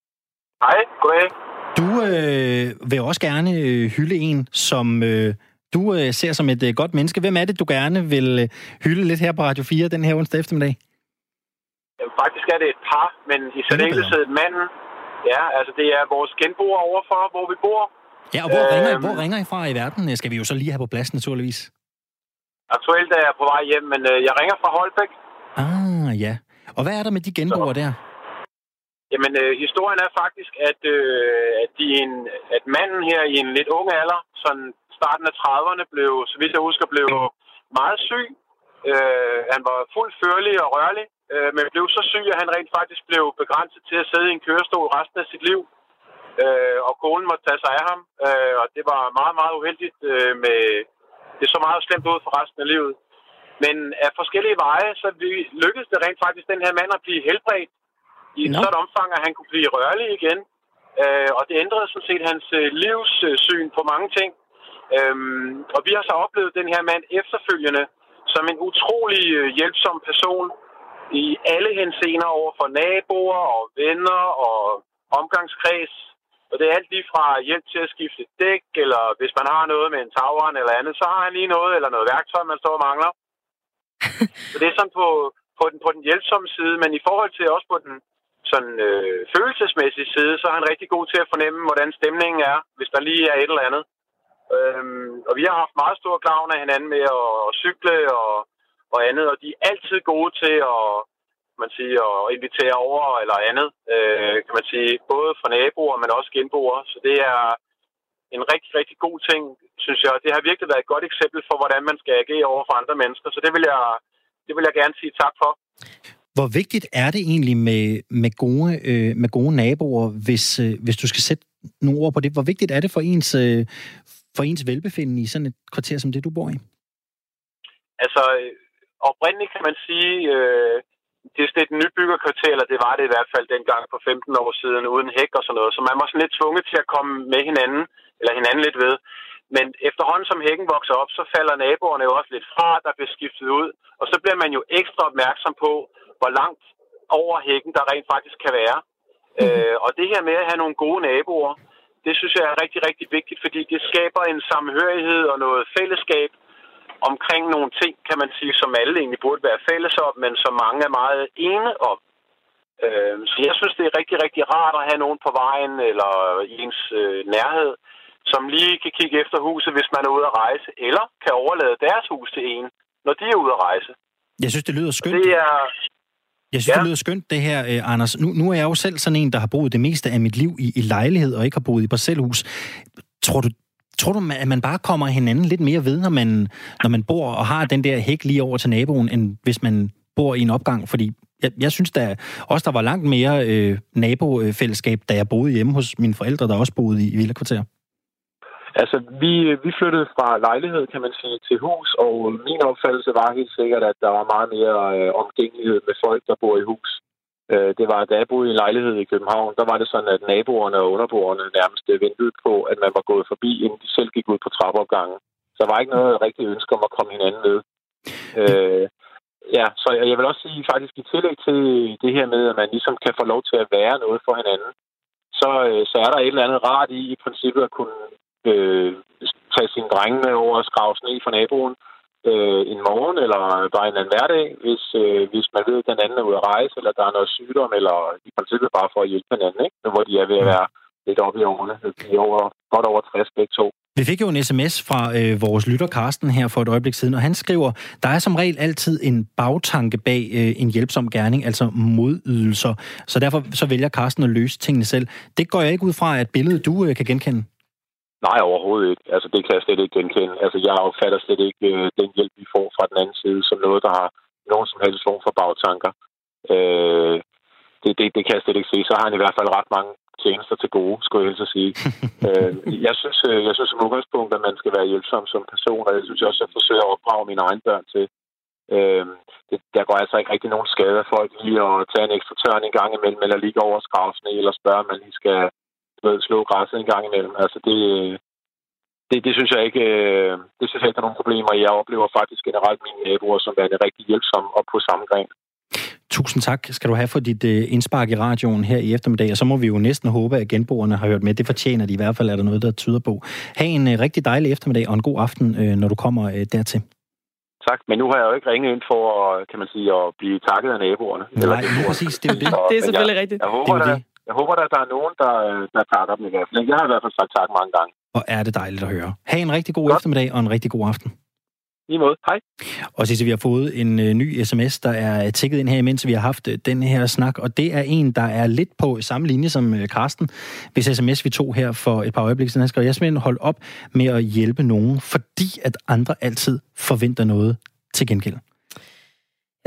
Hej, goddag. Du øh, vil også gerne øh, hylde en, som... Øh, Du øh, ser som et øh, godt menneske. Hvem er det, du gerne vil øh, hylde lidt her på Radio fire den her onsdag eftermiddag? Jamen, faktisk er det et par, men i særdeleshed manden. Ja, altså det er vores genboer overfor, hvor vi bor. Ja, og hvor, øhm, ringer, I, hvor ringer I fra i verden? Skal vi jo så lige have på plads, naturligvis. Aktuelt er jeg på vej hjem, men øh, jeg ringer fra Holbæk. Ah, ja. Og hvad er der med de genboer der? Jamen, øh, historien er faktisk, at, øh, at, de en, at manden her i en lidt ung alder, sådan starten af trediverne, blev, så vidt jeg husker, blev meget syg. Øh, han var fuldt førlig og rørlig, øh, men blev så syg, at han rent faktisk blev begrænset til at sidde i en kørestol resten af sit liv. Øh, og konen måtte tage sig af ham, øh, og det var meget, meget uheldigt. Øh, med, det så meget slemt ud for resten af livet. Men af forskellige veje, så lykkedes det rent faktisk den her mand at blive helbredt i et no. sådan omfang, at han kunne blive rørlig igen. Øh, og det ændrede sådan set hans øh, livssyn på mange ting. Øhm, og vi har så oplevet den her mand efterfølgende som en utrolig øh, hjælpsom person i alle henseender over for naboer og venner og omgangskreds. Og det er alt lige fra hjælp til at skifte dæk, eller hvis man har noget med en tageren eller andet, så har han lige noget eller noget værktøj, man står og mangler. Så det er sådan på, på, den, på den hjælpsomme side, men i forhold til også på den sådan, øh, følelsesmæssige side, så er han rigtig god til at fornemme, hvordan stemningen er, hvis der lige er et eller andet. Øhm, og vi har haft meget stor gavn af hinanden med at, at cykle og, og andet, og de er altid gode til at, man sige, at invitere over eller andet, øh, kan man sige, både for naboer, men også genboere. Så det er en rigtig, rigtig god ting, synes jeg. Det har virkelig været et godt eksempel for, hvordan man skal agere over for andre mennesker. Så det vil jeg, det vil jeg gerne sige tak for. Hvor vigtigt er det egentlig med, med, gode, øh, med gode naboer, hvis, øh, hvis du skal sætte nogle ord på det? Hvor vigtigt er det for ens, øh, for ens velbefindende i sådan et kvarter som det, du bor i? Altså, oprindeligt kan man sige, øh, det er et nybyggerkvarter, eller det var det i hvert fald dengang for femten år siden, uden hæk og sådan noget. Så man var sådan lidt tvunget til at komme med hinanden, eller hinanden lidt ved. Men efterhånden som hækken vokser op, så falder naboerne jo også lidt fra, der bliver skiftet ud. Og så bliver man jo ekstra opmærksom på, hvor langt over hækken der rent faktisk kan være. Mm. Øh, og det her med at have nogle gode naboer, det synes jeg er rigtig, rigtig vigtigt, fordi det skaber en samhørighed og noget fællesskab omkring nogle ting, kan man sige, som alle egentlig burde være fælles om, men som mange er meget ene om. Øh, så jeg synes, det er rigtig, rigtig rart at have nogen på vejen eller i ens øh, nærhed, som lige kan kigge efter huset, hvis man er ude at rejse, eller kan overlade deres hus til en, når de er ude at rejse. Jeg synes, det lyder skønt. Det er... Jeg synes, ja. Det lyder skønt, det her, eh, Anders. Nu, nu er jeg jo selv sådan en, der har boet det meste af mit liv i, i lejlighed, og ikke har boet i parcelhus. Tror du, tror du, at man bare kommer hinanden lidt mere ved, når man, når man bor og har den der hæk lige over til naboen, end hvis man bor i en opgang? Fordi jeg, jeg synes, der også der var langt mere øh, nabofællesskab, da jeg boede hjemme hos mine forældre, der også boede i, i villakvarter. Altså, vi, vi flyttede fra lejlighed, kan man sige, til hus, og min opfattelse var helt sikkert, at der var meget mere øh, omgængelighed med folk, der bor i hus. Øh, det var, da jeg boede i en lejlighed i København, der var det sådan, at naboerne og underboerne nærmest ventede på, at man var gået forbi, inden de selv gik ud på trappeopgangen. Så der var ikke noget rigtig ønske om at komme hinanden ved. Øh, ja, så jeg vil også sige, faktisk i tillæg til det her med, at man ligesom kan få lov til at være noget for hinanden, så, øh, så er der et eller andet rart i, i princippet at kunne Øh, tage sine drenge med over og skrave sne for naboen øh, en morgen eller bare en anden hverdag, hvis, øh, hvis man ved, at den anden er ude at rejse, eller der er noget sygdom, eller i princippet bare for at hjælpe hinanden, ikke? Hvor de er ved at være lidt oppe i årene. De er over, godt over tres begge to. Vi fik jo en sms fra øh, vores lytter Karsten her for et øjeblik siden, og han skriver, der er som regel altid en bagtanke bag øh, en hjælpsom gerning, altså modydelser. Så derfor så vælger Karsten at løse tingene selv. Det går jeg ikke ud fra, at billedet du øh, kan genkende. Nej, overhovedet ikke. Altså, det kan jeg slet ikke genkende. Altså, jeg opfatter slet ikke øh, den hjælp, vi får fra den anden side, som noget, der har nogen som helst form for bagtanker. Øh, det, det, det kan jeg slet ikke se. Så har han i hvert fald ret mange tjenester til gode, skulle jeg helst at sige. øh, jeg synes, øh, jeg synes som udgangspunkt, at man skal være hjælpsom som person, og jeg synes også, at jeg forsøger at opdrage mine egne børn til. Øh, det, der går altså ikke rigtig nogen skade af folk lige at tage en ekstra tørn en gang imellem, eller ligge over skravsne, eller spørge, om man lige skal slå græsset en gang imellem. Altså det, det, det synes jeg ikke, det synes jeg ikke er nogen problemer. Jeg oplever faktisk generelt mine naboer som værende rigtig hjælpsomme og på samme gren. Tusind tak skal du have for dit uh, indspark i radioen her i eftermiddag, og så må vi jo næsten håbe, at genboerne har hørt med. Det fortjener de i hvert fald, er der noget, der tyder på. Ha' en uh, rigtig dejlig eftermiddag og en god aften, uh, når du kommer uh, dertil. Tak, men nu har jeg jo ikke ringet ind for, kan man sige, at blive takket af naboerne. Nej, det er præcis, det er jo det. Det er selvfølgelig jeg, rigtigt. Jeg håber, det er der, jeg håber, at der er nogen, der, der takker dem i hvert fald. Jeg har i hvert fald sagt tak mange gange. Og er det dejligt at høre. Ha' en rigtig god Godt. eftermiddag og en rigtig god aften. I måde. Hej. Og sidst vi har fået en uh, ny sms, der er tækket ind her, imens vi har haft uh, den her snak, og det er en, der er lidt på samme linje som uh, Karsten, hvis sms vi tog her for et par øjeblikke siden. Han skrev, jeg simpelthen holde op med at hjælpe nogen, fordi at andre altid forventer noget til gengæld.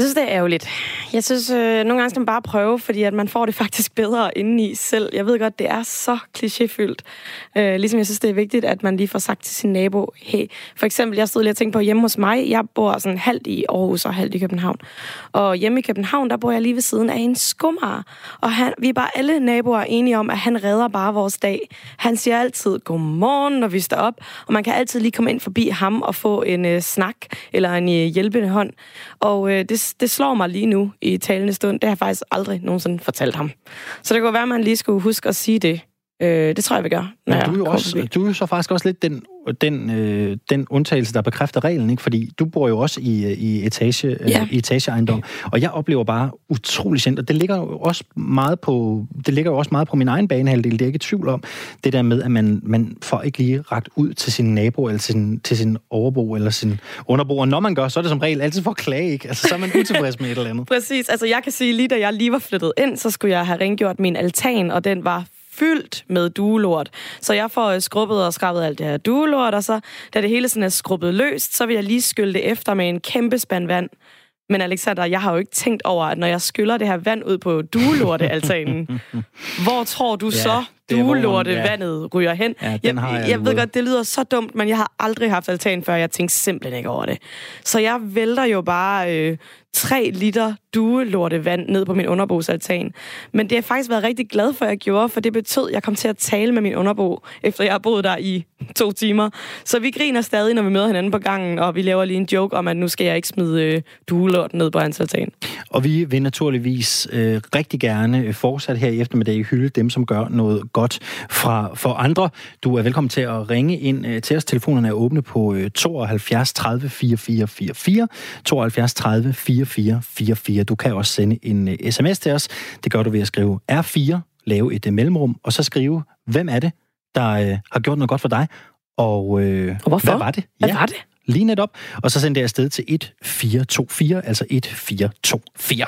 Jeg synes, det er ærgerligt. Jeg synes, øh, nogle gange skal man bare prøve, fordi at man får det faktisk bedre indeni selv. Jeg ved godt, det er så klichéfyldt. Øh, ligesom jeg synes, det er vigtigt, at man lige får sagt til sin nabo, hey, for eksempel, jeg stod lige og tænkte på hjemme hos mig. Jeg bor sådan halvt i Aarhus og halvt i København. Og hjemme i København, der bor jeg lige ved siden af en skomager. Og han, vi er bare alle naboer enige om, at han redder bare vores dag. Han siger altid godmorgen, når vi står op. Og man kan altid lige komme ind forbi ham og få en øh, snak eller en øh, hjælpende hånd. Og øh, det, det slår mig lige nu i talende stund. Det har jeg faktisk aldrig nogensinde fortalt ham. Så det kunne være, at man lige skulle huske at sige det. Øh, det tror jeg, vi gør. Men du er, jo også, du er jo så faktisk også lidt den, den, øh, den undtagelse, der bekræfter reglen, ikke? Fordi du bor jo også i, i, etage, ja. øh, i etageejendom, og jeg oplever bare utrolig sjældent, og det ligger jo også meget på, det ligger jo også meget på min egen banehalvdel, det er ikke i tvivl om, det der med, at man, man får ikke lige rakt ud til sin nabo, eller til sin, til sin overbo, eller sin underbo, og når man gør, så er det som regel altid for at klage, ikke? Altså, så er man utilfreds med et eller andet. Præcis, altså jeg kan sige, lige da jeg lige var flyttet ind, så skulle jeg have rengjort min altan, og den var fyldt med duelort. Så jeg får skrubbet og skrabet alt det her duelort, og så, da det hele sådan er skrubbet løst, så vil jeg lige skylle det efter med en kæmpe spand vand. Men Alexander, jeg har jo ikke tænkt over, at når jeg skyller det her vand ud på duelorte-altanen, hvor tror du ja, så, duelorte-vandet ja. ryger hen? Ja, jeg jeg, jeg ved godt, det lyder så dumt, men jeg har aldrig haft altan før, jeg tænkte simpelthen ikke over det. Så jeg vælter jo bare øh, tre liter duelortevand ned på min underbogsaltan. Men det har jeg faktisk været rigtig glad for, at jeg gjorde, for det betød, at jeg kom til at tale med min underbo, efter jeg har boet der i to timer. Så vi griner stadig, når vi møder hinanden på gangen, og vi laver lige en joke om, at nu skal jeg ikke smide øh, duelort ned på hans altan. Og vi vil naturligvis øh, rigtig gerne fortsat her i eftermiddag hylde dem, som gør noget godt fra, for andre. Du er velkommen til at ringe ind øh, til os. Telefonerne er åbne på øh, tooghalvfjerds tredive fireogfyrre fireogfyrre, tooghalvfjerds tredive fireogfyrre fireogfyrre. Du kan også sende en øh, sms til os. Det gør du ved at skrive R fire, lave et øh, mellemrum, og så skrive, hvem er det, der øh, har gjort noget godt for dig, og, øh, og hvorfor? Hvad var det? Hvad ja. var det? Lige netop. Og så send det afsted til et fire to fire, altså et fire to fire.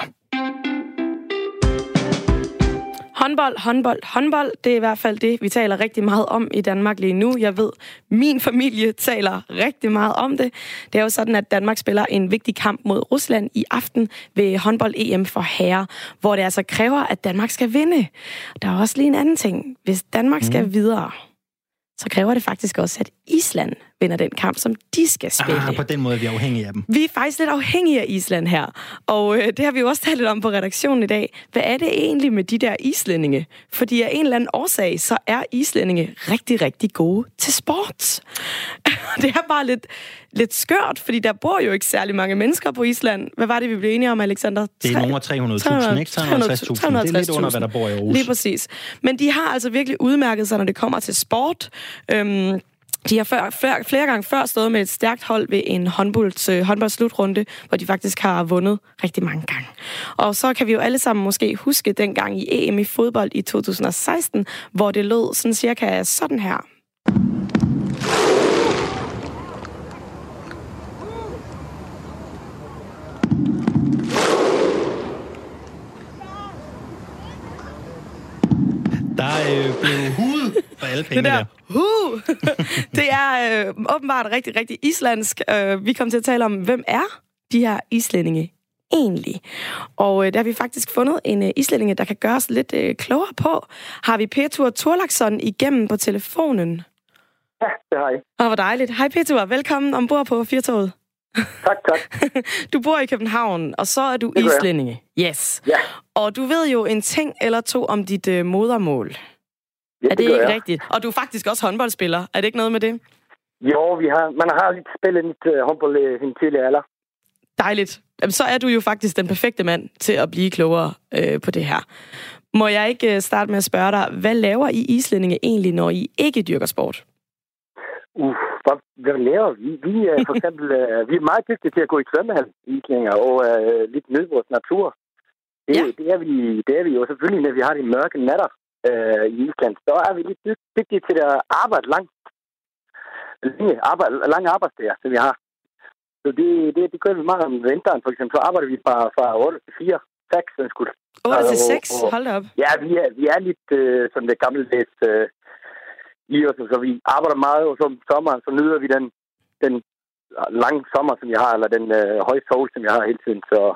Håndbold, håndbold, håndbold, det er i hvert fald det, vi taler rigtig meget om i Danmark lige nu. Jeg ved, min familie taler rigtig meget om det. Det er jo sådan, at Danmark spiller en vigtig kamp mod Rusland i aften ved håndbold-E M for herrer, hvor det altså kræver, at Danmark skal vinde. Der er også lige en anden ting. Hvis Danmark skal mm. videre, så kræver det faktisk også, at Island vinder den kamp, som de skal spille. Ah, på den måde er vi afhængige af dem. Vi er faktisk lidt afhængige af Island her, og øh, det har vi jo også talt lidt om på redaktionen i dag. Hvad er det egentlig med de der islændinge? Fordi af en eller anden årsag, så er islændinge rigtig, rigtig gode til sport. Det er bare lidt, lidt skørt, fordi der bor jo ikke særlig mange mennesker på Island. Hvad var det, vi blev enige om, Alexander? Det er nogle tre hundrede tusind, ikke? tre hundrede og halvtreds tusind. Det er lidt under, hvad der bor i Aarhus. Lige præcis. Men de har altså virkelig udmærket sig, når det kommer til sport. Øhm, De har før, flere, flere gange før stået med et stærkt hold ved en håndbolds, øh, håndboldslutrunde, hvor de faktisk har vundet rigtig mange gange. Og så kan vi jo alle sammen måske huske dengang i E M i fodbold i to tusind og seksten, hvor det lød sådan cirka sådan her. Der er øh, blevet hud for alle pengene det der. der. Huh. Det er øh, åbenbart rigtig, rigtig islandsk. Øh, vi kom til at tale om, hvem er de her islændinge egentlig? Og øh, der har vi faktisk fundet en øh, islændinge, der kan gøre os lidt øh, klogere på. Har vi Petur Thorlaksson igennem på telefonen? Ja, det har jeg. Og hvor dejligt. Hej Petur, velkommen ombord på Firtoget. Tak, tak. Du bor i København, og så er du islændinge. Yes. Ja. Og du ved jo en ting eller to om dit øh, modermål. Ja, er det, det ikke jeg. rigtigt? Og du er faktisk også håndboldspiller. Er det ikke noget med det? Jo, vi har, man har lidt spillet lidt uh, håndbold i sin tidligere alder. Dejligt. Jamen, så er du jo faktisk den perfekte mand til at blive klogere øh, på det her. Må jeg ikke starte med at spørge dig, hvad laver I islændinge egentlig, når I ikke dyrker sport? Uh, hvad, hvad laver vi? Vi er for eksempel uh, vi er meget dygtige til at gå i svømmehal i islændinge og uh, lidt nyde vores natur. Det, ja. det, er vi, det er vi jo selvfølgelig, når vi har de mørke natter uh, i Island. Så er vi lidt dygtige til at arbejde langt. Lange, arbejde, lange arbejdsdager, som vi har. Så det, det, det gør vi meget om vinteren, for eksempel. Så arbejder vi fra, fra otte til fire, seks, undskyld. otte til seks? Hold da op. Ja, vi er, vi er lidt uh, som det gamle læs uh, i os, så vi arbejder meget, og så om sommeren, så nyder vi den, den lange sommer, som vi har, eller den uh, høje sol, som vi har hele tiden. Så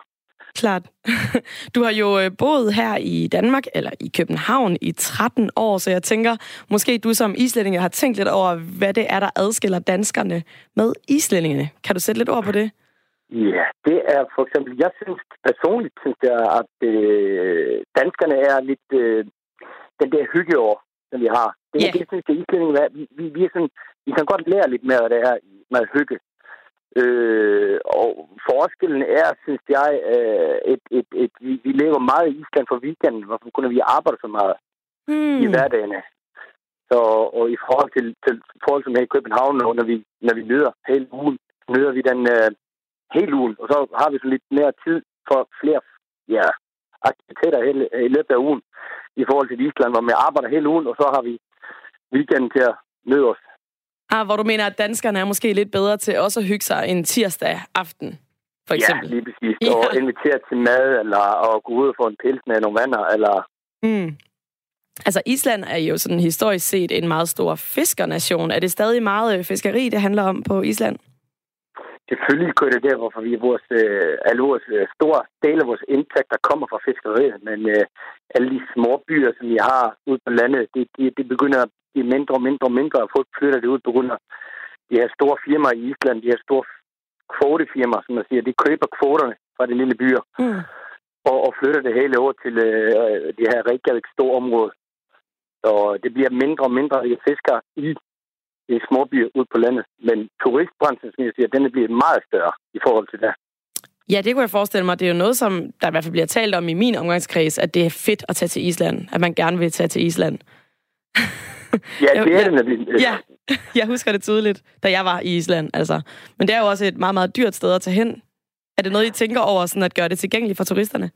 Klart. Du har jo boet her i Danmark, eller i København, i tretten år, så jeg tænker, måske du som islændinge har tænkt lidt over, hvad det er, der adskiller danskerne med islændingene. Kan du sætte lidt ord på det? Ja, det er for eksempel, jeg synes personligt, synes jeg, at øh, danskerne er lidt øh, den der hyggeår, som vi har. Det, yeah. det synes jeg, islændinge er. Vi, vi, vi, er sådan, vi kan godt lære lidt mere af det her med hygge. Øh, og forskellen er, synes jeg, øh, et, et, et, vi, vi lever meget i Island for weekenden, hvorfor kunne vi arbejde så meget mm. i hverdagene. Så, og i forhold til, til forhold som her i København, når vi, når vi nyder hele ugen, nyder vi den øh, hele ugen, og så har vi så lidt mere tid for flere ja, aktiviteter hele, i løbet af ugen i forhold til Island, hvor vi arbejder hele ugen, og så har vi weekenden til at nyde os. Ah, hvor du mener, at danskerne er måske lidt bedre til også at hygge sig en tirsdag aften, for eksempel. Ja, lige præcis. Ja. Og invitere til mad, eller at gå ud og få en pils med nogle venner, eller... Mm. Altså, Island er jo sådan historisk set en meget stor fiskernation. Er det stadig meget fiskeri, det handler om på Island? Selvfølgelig gør det der, hvorfor vi vores, øh, alle vores øh, store dele af vores indtægter kommer fra fiskeriet, men øh, alle de små byer, som vi har ude på landet, det de, de begynder at blive mindre og mindre og mindre, og folk flytter det ud på grund af de her store firmaer i Island, de her store kvotefirmaer, som man siger, de køber kvoterne fra de lille byer, mm. og, og flytter det hele over til øh, de her Reykjavik store område. Så det bliver mindre og mindre, de fisker i i småbyer ude på landet. Men turistbranchen, som jeg siger, den bliver meget større i forhold til det. Ja, det kunne jeg forestille mig. Det er jo noget, som der i hvert fald bliver talt om i min omgangskreds, at det er fedt at tage til Island. At man gerne vil tage til Island. Ja, det er det nemlig. Ja, jeg husker det tydeligt, da jeg var i Island. Altså. Men det er jo også et meget, meget dyrt sted at tage hen. Er det noget, I tænker over, sådan at gøre det tilgængeligt for turisterne?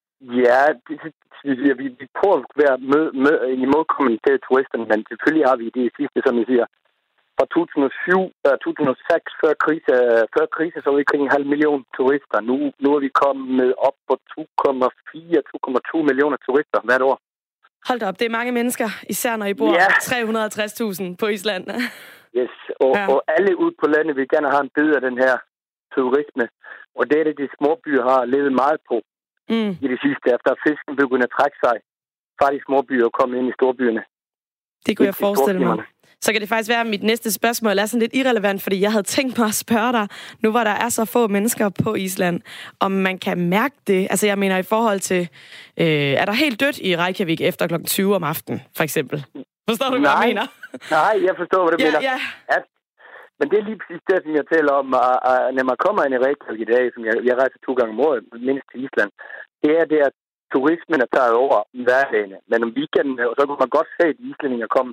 Ja, det, det, vi, vi prøver at være med, med, imodkommende til turisterne, men selvfølgelig har vi det sidste, som I siger, fra to tusind og syv, to tusind og seks, før krise, før krise, så var vi kring en halv million turister. Nu, nu er vi kommet op på to komma fire til to komma to millioner turister hvert år. Hold da op, det er mange mennesker, især når I bor ja. tre hundrede og tres tusind på Island. Yes, og, ja. og alle ude på landet vil gerne have en bid af den her turisme. Og det er det, de små byer har levet meget på mm. i det sidste, efter fisken begynder at trække sig fra de små byer og komme ind i storbyerne. Det kunne jeg forestille mig. Så kan det faktisk være, at mit næste spørgsmål er sådan lidt irrelevant, fordi jeg havde tænkt mig at spørge dig, nu hvor der er så få mennesker på Island, om man kan mærke det. Altså jeg mener i forhold til, øh, er der helt dødt i Reykjavik efter klokken tyve om aftenen, for eksempel? Forstår du, hvad nej, jeg mener? Nej, jeg forstår, hvad du ja, mener. Ja. At, men det er lige præcis det, som jeg taler om, at, at når man kommer ind i Reykjavik i dag, som jeg, jeg rejser to gange om året, mindst til Island, det er det, at turismen er taget over i hverdagen. Men om weekenden, og så kunne man godt se, at islændinge kom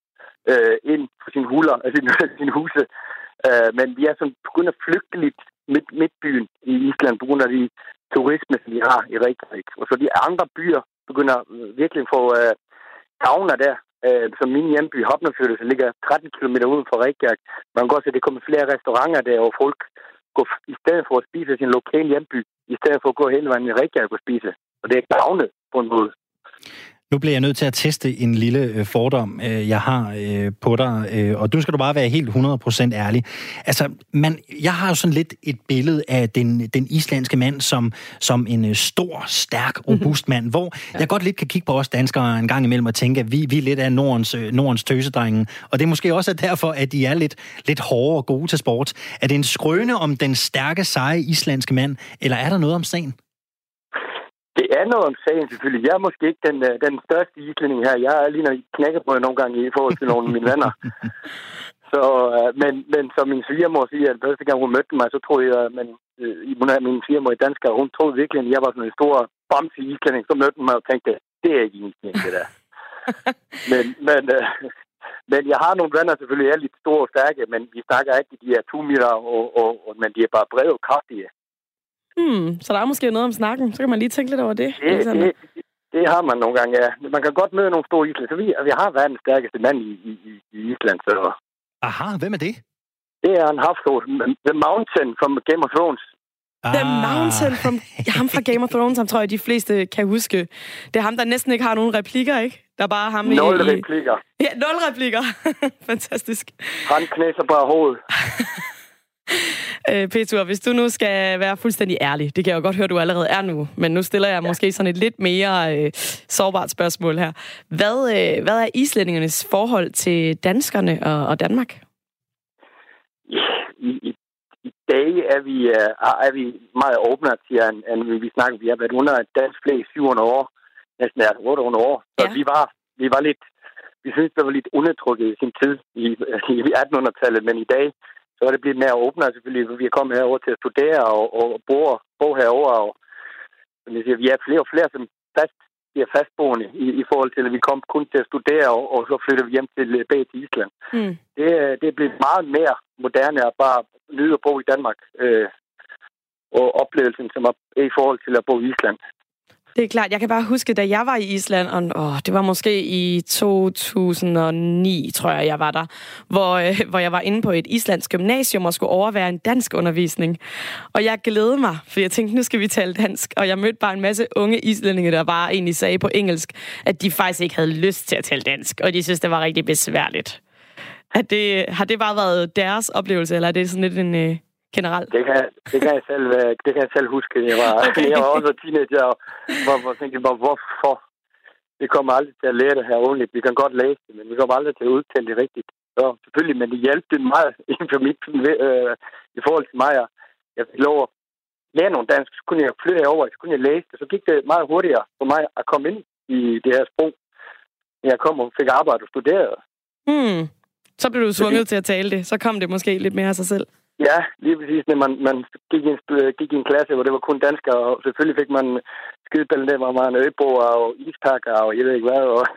Øh, ind på sine huler, altså sine huse. Øh, men vi er sådan begyndt at flygte lidt midt, midtbyen i Island på grund af de turisme, som vi har i Reykjavik. Og så de andre byer begynder virkelig at få øh, gavner der. Øh, som min hjemby, Hafnarfjörður, som ligger tretten kilometer uden for Reykjavik. Man kan godt se, at det kommer flere restauranter der, og folk går i stedet for at spise sin lokale hjemby, i stedet for at gå hele vejen i Reykjavik og spise. Og det er gavnet på en måde. Nu bliver jeg nødt til at teste en lille fordom, jeg har på dig, og du skal du bare være helt hundrede procent ærlig. Altså, man, jeg har jo sådan lidt et billede af den, den islandske mand som, som en stor, stærk, robust mand, hvor ja. jeg godt lidt kan kigge på os danskere en gang imellem og tænke, at vi, vi er lidt af Nordens, Nordens tøsedrenge, og det er måske også derfor, at de er lidt, lidt hårde og gode til sport. Er det en skrøne om den stærke, seje islandske mand, eller er der noget om sagen? Det er noget om sagen, selvfølgelig. Jeg er måske ikke den, den største islænding her. Jeg er lige når I knækker på nogle gange i forhold til nogle af mine venner. Så, men, men som min svigermor siger, at første gang hun mødte mig, så troede jeg, men min svigermor i dansker, hun troede virkelig, at jeg var sådan en stor bamse islænding. Så mødte hun mig og tænkte, det er ikke islænding, det der. men, men, men jeg har nogle venner, selvfølgelig er lidt store og stærke, men vi snakker ikke, de er to meter, og, og, og, men de er bare brede og kraftige. Hmm, så der er måske noget om snakken. Så kan man lige tænke lidt over det. Det, det, det har man nogle gange, ja. Man kan godt møde nogle store islænder. Så vi, vi har verdens stærkeste mand i, i, i Island. Så. Aha, hvem er det? Det er en havsort. The Mountain from Game of Thrones. Ah. The Mountain from... Ham fra Game of Thrones, ham tror jeg, de fleste kan huske. Det er ham, der næsten ikke har nogen replikker, ikke? Der er bare ham i... Nul replikker. Ja, nul replikker. Fantastisk. Han knæser bare hovedet. Øh, Petur, hvis du nu skal være fuldstændig ærlig, det kan jeg jo godt høre, du allerede er nu, men nu stiller jeg ja. måske sådan et lidt mere øh, sårbart spørgsmål her. Hvad, øh, hvad er islændingernes forhold til danskerne og, og Danmark? I, i, i dag er vi, uh, er vi meget åbnere til, end, end vi snakker. Vi har været under et dansk flag i syv hundrede år, næsten otte hundrede år. Så ja. vi, var, vi var lidt, vi synes, det var lidt undertrykket i sin tid i, i attenhundredetallet, men i dag så er det blevet mere åbnere selvfølgelig. Vi er kommet herover til at studere og, og bo, bo herover. Og, som jeg siger, vi er flere og flere, som fast, vi er fastboende i, i forhold til, at vi kom kun til at studere, og, og så flytter vi hjem til, bag til Island. Mm. Det, det er blevet meget mere moderne at bare nyde at bo i Danmark. Øh, og oplevelsen, som er i forhold til at bo i Island. Det er klart. Jeg kan bare huske, da jeg var i Island, og åh, det var måske i to tusind og ni, tror jeg, jeg var der, hvor, øh, hvor jeg var inde på et islandsk gymnasium og skulle overvære en dansk undervisning. Og jeg glædede mig, for jeg tænkte, nu skal vi tale dansk. Og jeg mødte bare en masse unge islændinge, der bare egentlig sagde på engelsk, at de faktisk ikke havde lyst til at tale dansk, og de synes, det var rigtig besværligt. Har det, har det bare været deres oplevelse, eller er det sådan lidt en... Øh, generelt? Det kan, det kan jeg selv, det kan jeg selv huske. Jeg var, okay. jeg var også teenager, og hvor, hvor tænkte jeg bare, hvorfor? Vi kommer aldrig til at lære det her ordentligt. Vi kan godt læse det, men vi kommer aldrig til at udtale det rigtigt. Så selvfølgelig, men det hjalp det meget for mit, øh, i forhold til mig. Jeg fik lov at lære nogle dansk, så kunne jeg flytte over, så kunne jeg læse det. Så gik det meget hurtigere for mig at komme ind i det her sprog. Jeg kom og fik arbejde og studerede. Hmm. Så blev du tvunget til at tale det. Så kom det måske lidt mere af sig selv. Ja, lige præcis. Når man, man gik, i en, gik i en klasse, hvor det var kun danskere, og selvfølgelig fik man skidebællen der, hvor man øboer og ispakker, og jeg ved ikke hvad. Og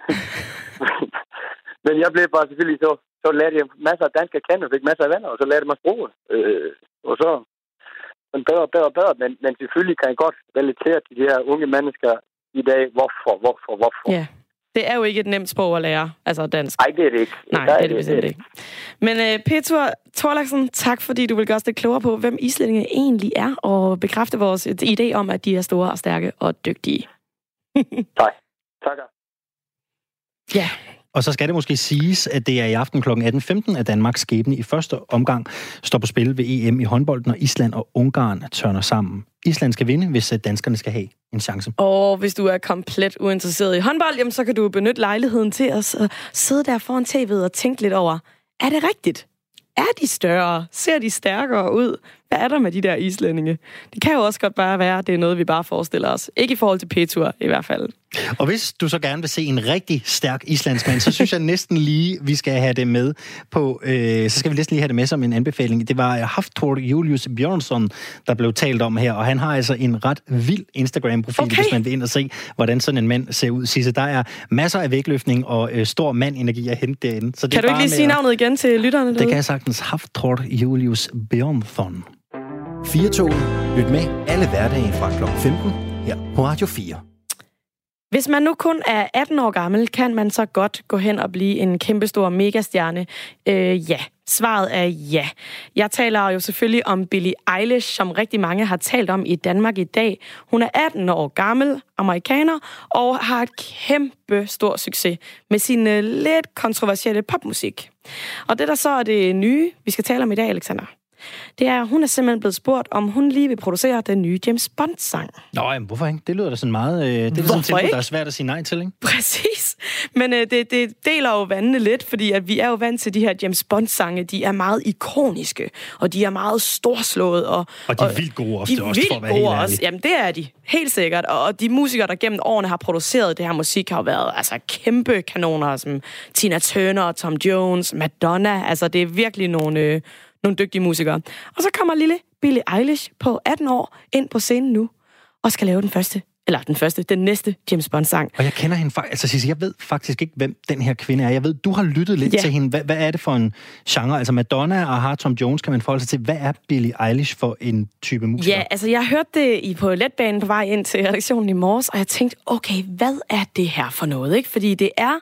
men jeg blev bare selvfølgelig så, så lærte jeg masser af dansk at kende, og fik masser af venner, og så lærte jeg mig sproget. Øh, og så men bedre og bedre og bedre, men, men selvfølgelig kan jeg godt relatere til de her unge mennesker i dag. Hvorfor, hvorfor, hvorfor? Ja. Det er jo ikke et nemt sprog at lære, altså dansk. Nej, det er det ikke. Nej, det er det bestemt ikke. Men uh, Petur Thorlaksson, tak fordi du vil gøre os lidt klogere på, hvem islændinge egentlig er, og bekræfte vores idé om, at de er store og stærke og dygtige. Tak. Tak. Ja. Og så skal det måske siges, at det er i aften klokken atten femten, at Danmarks skæbne i første omgang står på spil ved E M i håndbold, når Island og Ungarn tørner sammen. Island skal vinde, hvis danskerne skal have en chance. Og hvis du er komplet uinteresseret i håndbold, jamen, så kan du benytte lejligheden til at sidde der foran tv'et og tænke lidt over, er det rigtigt? Er de større? Ser de stærkere ud? Hvad er der med de der islændinge? Det kan jo også godt bare være, at det er noget, vi bare forestiller os. Ikke i forhold til Petur, i hvert fald. Og hvis du så gerne vil se en rigtig stærk islandsmand, så synes jeg næsten lige, vi skal have det med på, øh, så skal vi næsten lige have det med som en anbefaling. Det var Hafthor Julius Bjørnsson, der blev talt om her, og han har altså en ret vild Instagram-profil, okay. hvis man vil ind og se, hvordan sådan en mand ser ud. Sisse, der er masser af vægtløftning og øh, stor mandenergi at hente derinde. Så det kan du ikke lige sige navnet igen til lytterne? Det derude? Kan jeg sagtens. Hafthor Julius Bjørnsson. Fire-toget. Lyt med alle hverdage fra klokken femten her på Radio fire. Hvis man nu kun er atten år gammel, kan man så godt gå hen og blive en kæmpestor megastjerne? Øh, ja. Svaret er ja. Jeg taler jo selvfølgelig om Billie Eilish, som rigtig mange har talt om i Danmark i dag. Hun er atten år gammel, amerikaner, og har et kæmpe stor succes med sin uh, lidt kontroversielle popmusik. Og det der så er det nye, vi skal tale om i dag, Alexander, det er, at hun er simpelthen blevet spurgt, om hun lige vil producere den nye James Bond-sang. Nå, jamen, hvorfor ikke? Det lyder da sådan meget... Øh, det er sådan et tilbud, der er svært at sige nej til, ikke? Præcis. Men øh, det, det deler jo vandene lidt, fordi at vi er jo vant til de her James Bond-sange. De er meget ikoniske, og de er meget storslåede. Og, og de er vildt gode ofte de også, for at være helt ærlig. Jamen, det er de. Helt sikkert. Og de musikere, der gennem årene har produceret det her musik, har jo været altså, kæmpe kanoner, som Tina Turner, Tom Jones, Madonna. Altså, det er virkelig nogle... Øh, nogle dygtige musikere. Og så kommer lille Billie Eilish på atten år ind på scenen nu, og skal lave den første, eller den første, den næste James Bond-sang. Og jeg kender hende faktisk, altså Sisse, jeg ved faktisk ikke, hvem den her kvinde er. Jeg ved, du har lyttet lidt ja. til hende. Hvad, hvad er det for en genre? Altså Madonna og har Tom Jones, kan man forholde sig til. Hvad er Billie Eilish for en type musiker? Ja, altså jeg hørte det i på letbanen på vej ind til redaktionen i morges, og jeg tænkte, okay, hvad er det her for noget? Ikke? Fordi det er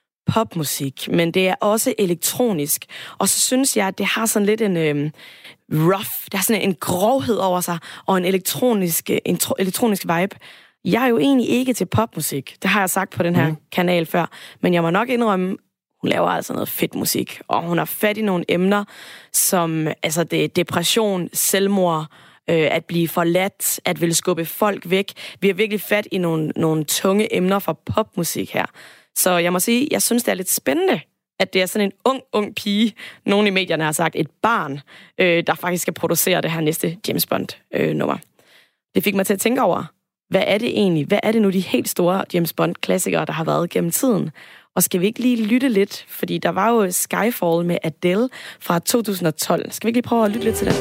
popmusik, men det er også elektronisk. Og så synes jeg, at det har sådan lidt en øhm, rough, der er sådan en grovhed over sig, og en elektronisk, en tro, elektronisk vibe. Jeg er jo egentlig ikke til popmusik. Det har jeg sagt på den her mm. kanal før. Men jeg må nok indrømme, hun laver altså noget fedt musik, og hun har fat i nogle emner, som altså det depression, selvmord, øh, at blive forladt, at ville skubbe folk væk. Vi har virkelig fat i nogle, nogle tunge emner fra popmusik her. Så jeg må sige, jeg synes, det er lidt spændende, at det er sådan en ung, ung pige, nogen i medierne har sagt, et barn, øh, der faktisk skal producere det her næste James Bond-nummer. Øh, det fik mig til at tænke over, hvad er det egentlig? Hvad er det nu de helt store James Bond-klassikere, der har været gennem tiden? Og skal vi ikke lige lytte lidt? Fordi der var jo Skyfall med Adele fra to tusind og tolv. Skal vi ikke lige prøve at lytte lidt til den?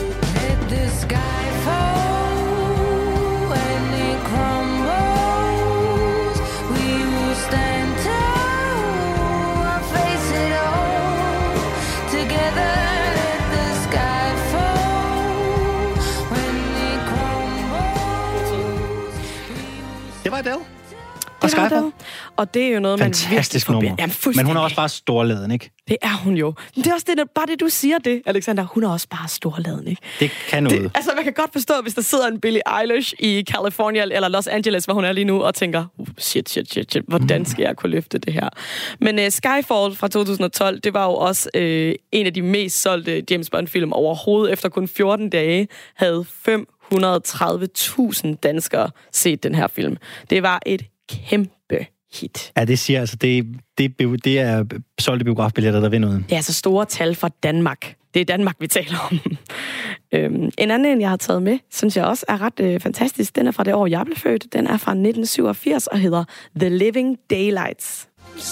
Det var Adele. Og Skyfall. Og det er jo noget, man fantastisk nummer. Jamen, men hun er også bare storladen, ikke? Det er hun jo. Men det er også det, bare det, du siger det, Alexander. Hun er også bare storladen, ikke? Det kan noget. Det, altså, man kan godt forstå, hvis der sidder en Billie Eilish i California eller Los Angeles, hvor hun er lige nu, og tænker, uh, shit, shit, shit, shit, hvordan skal jeg kunne løfte det her? Men uh, Skyfall fra to tusind og tolv, det var jo også uh, en af de mest solgte James Bond-film overhovedet. Efter kun fjorten dage havde fem hundrede og tredive tusind danskere set den her film. Det var et kæmpe hit. Ja, det siger altså, det, det, det er solgte biografbilletter, der vinder noget. Det er altså store tal for Danmark. Det er Danmark, vi taler om. øhm, en anden, jeg har taget med, synes jeg også er ret øh, fantastisk. Den er fra det år, jeg blev født. Den er fra nitten syvogfirs og hedder The Living Daylights.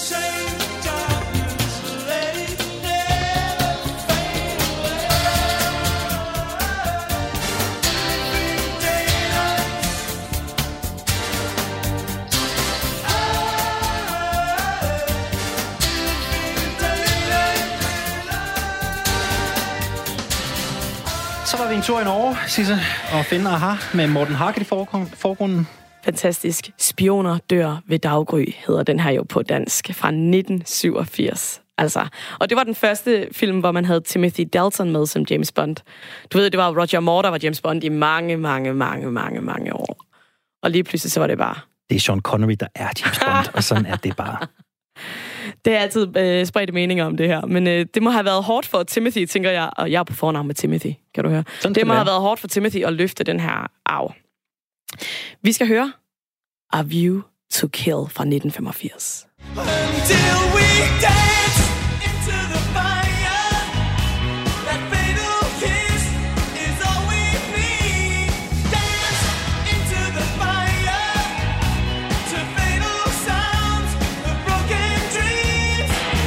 Så var vi en tur i Norge, Sisse, og finde Aha med Morten Harket i forgrunden. Fantastisk. Spioner dør ved daggry, hedder den her jo på dansk, fra nitten syvogfirs. Altså, og det var den første film, hvor man havde Timothy Dalton med som James Bond. Du ved, det var Roger Moore, der var James Bond i mange, mange, mange, mange, mange år. Og lige pludselig så var det bare... Det er Sean Connery, der er James Bond, og sådan er det bare. Det er altid øh, spredte meninger om det her, men øh, det må have været hårdt for Timothy, tænker jeg, og jeg er på fornavn med Timothy, kan du høre. Sådan det må være. have været hårdt for Timothy at løfte den her arv. Vi skal høre A View to Kill fra nitten femogfirs. Until we dance into the fire, that fatal kiss is all we need. Dance into the fire, to fatal sounds of broken dreams.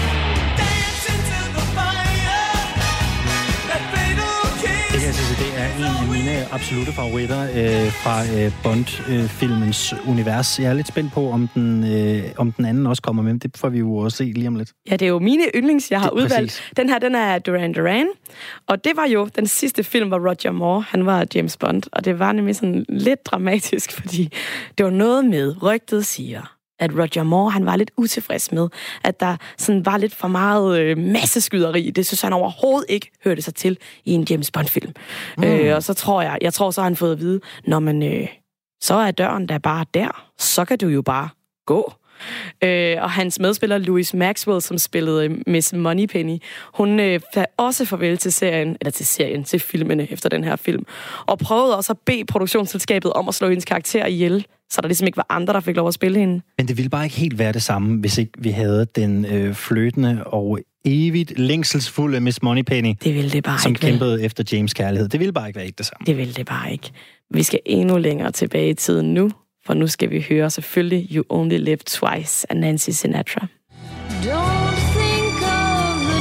Dance into the fire, that fatal kiss. Det her, synes det er en af mine absolutte favoritter øh, fra øh, Bond-filmens øh, univers. Jeg er lidt spændt på, om den, øh, om den anden også kommer med. Det får vi jo også se lige om lidt. Ja, det er jo mine yndlings, jeg har det, udvalgt. Præcis. Den her, den er Duran Duran. Og det var jo den sidste film, hvor Roger Moore, han var James Bond. Og det var nemlig sådan lidt dramatisk, fordi det var noget med, rygtet siger, at Roger Moore, han var lidt utilfreds med, at der sådan var lidt for meget øh, masseskyderi. Det synes han overhovedet ikke hørte sig til i en James Bond-film. Mm. Øh, og så tror jeg, jeg tror så har han fået at vide, når man, øh, så er døren der bare der, så kan du jo bare gå. Øh, og hans medspiller Louis Maxwell, som spillede øh, Miss Moneypenny, hun øh, sagde også farvel til serien, eller til serien, til filmene efter den her film, og prøvede også at bede produktionsselskabet om at slå hendes karakter ihjel, så der ligesom ikke var andre, der fik lov at spille hende. Men det ville bare ikke helt være det samme, hvis ikke vi havde den øh, fløtende og evigt længselsfulde Miss Moneypenny, det ville det bare som ikke kæmpede vel. efter James' kærlighed. Det ville bare ikke være ikke det samme. Det ville det bare ikke. Vi skal endnu længere tilbage i tiden nu, for nu skal vi høre selvfølgelig You Only Live Twice af Nancy Sinatra. Don't think of the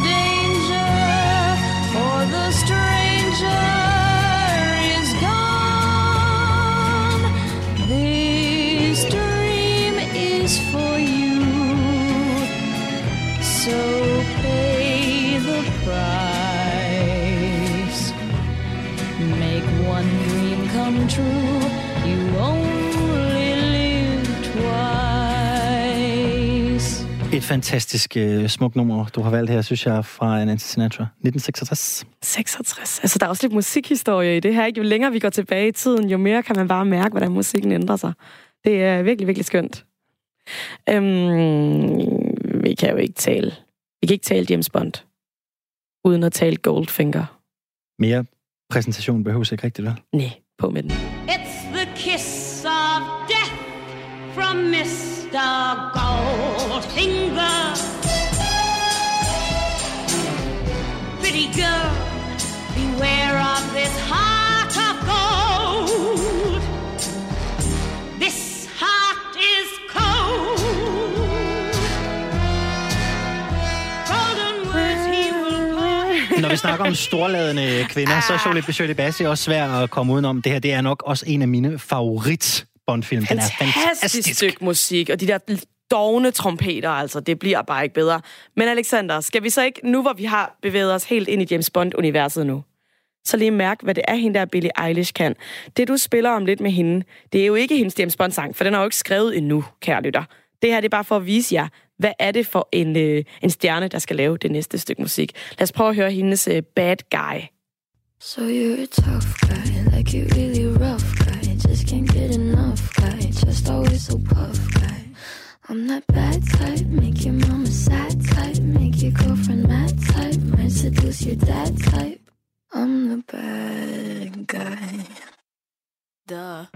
danger, for the stranger is gone. This dream is for you, so pay the price. Make one dream come true, you only Et fantastisk øh, smukt nummer, du har valgt her, synes jeg, fra Nancy Sinatra. nitten seksogtres. seksogtres. Altså, der er også lidt musikhistorie i det her, ikke? Jo længere vi går tilbage i tiden, jo mere kan man bare mærke, hvordan musikken ændrer sig. Det er virkelig, virkelig skønt. Øhm, vi kan jo ikke tale Vi kan ikke tale James Bond, uden at tale Goldfinger. Mere præsentation behøves ikke rigtigt, vel? Nej, på med den. It's the kiss of death from mister Goldfinger. Pretty girl, beware of this heart of gold. This heart is cold. Golden words he will pour. Når vi snakker om storladende kvinder, så er Shirley Bassey også svær at komme udenom. Det her, det er nok også en af mine favorit Bond-film. Den er fantastisk. Stykke musik, og de der dovne trompeter, altså, det bliver bare ikke bedre. Men Alexander, skal vi så ikke, nu hvor vi har bevæget os helt ind i James Bond-universet nu, så lige mærke, hvad det er, hende der Billie Eilish kan. Det, du spiller om lidt med hende, det er jo ikke hendes James Bond-sang, for den er jo ikke skrevet endnu, kære lytter. Det her, det er bare for at vise jer, hvad er det for en, øh, en stjerne, der skal lave det næste stykke musik. Lad os prøve at høre hendes øh, Bad Guy. So you're a tough guy, like you really rough guy. Just can't get enough guy, just always so puff guy. I'm that bad type, make your mama sad type, make your girlfriend mad type, might seduce your dad type. I'm the bad guy. Duh.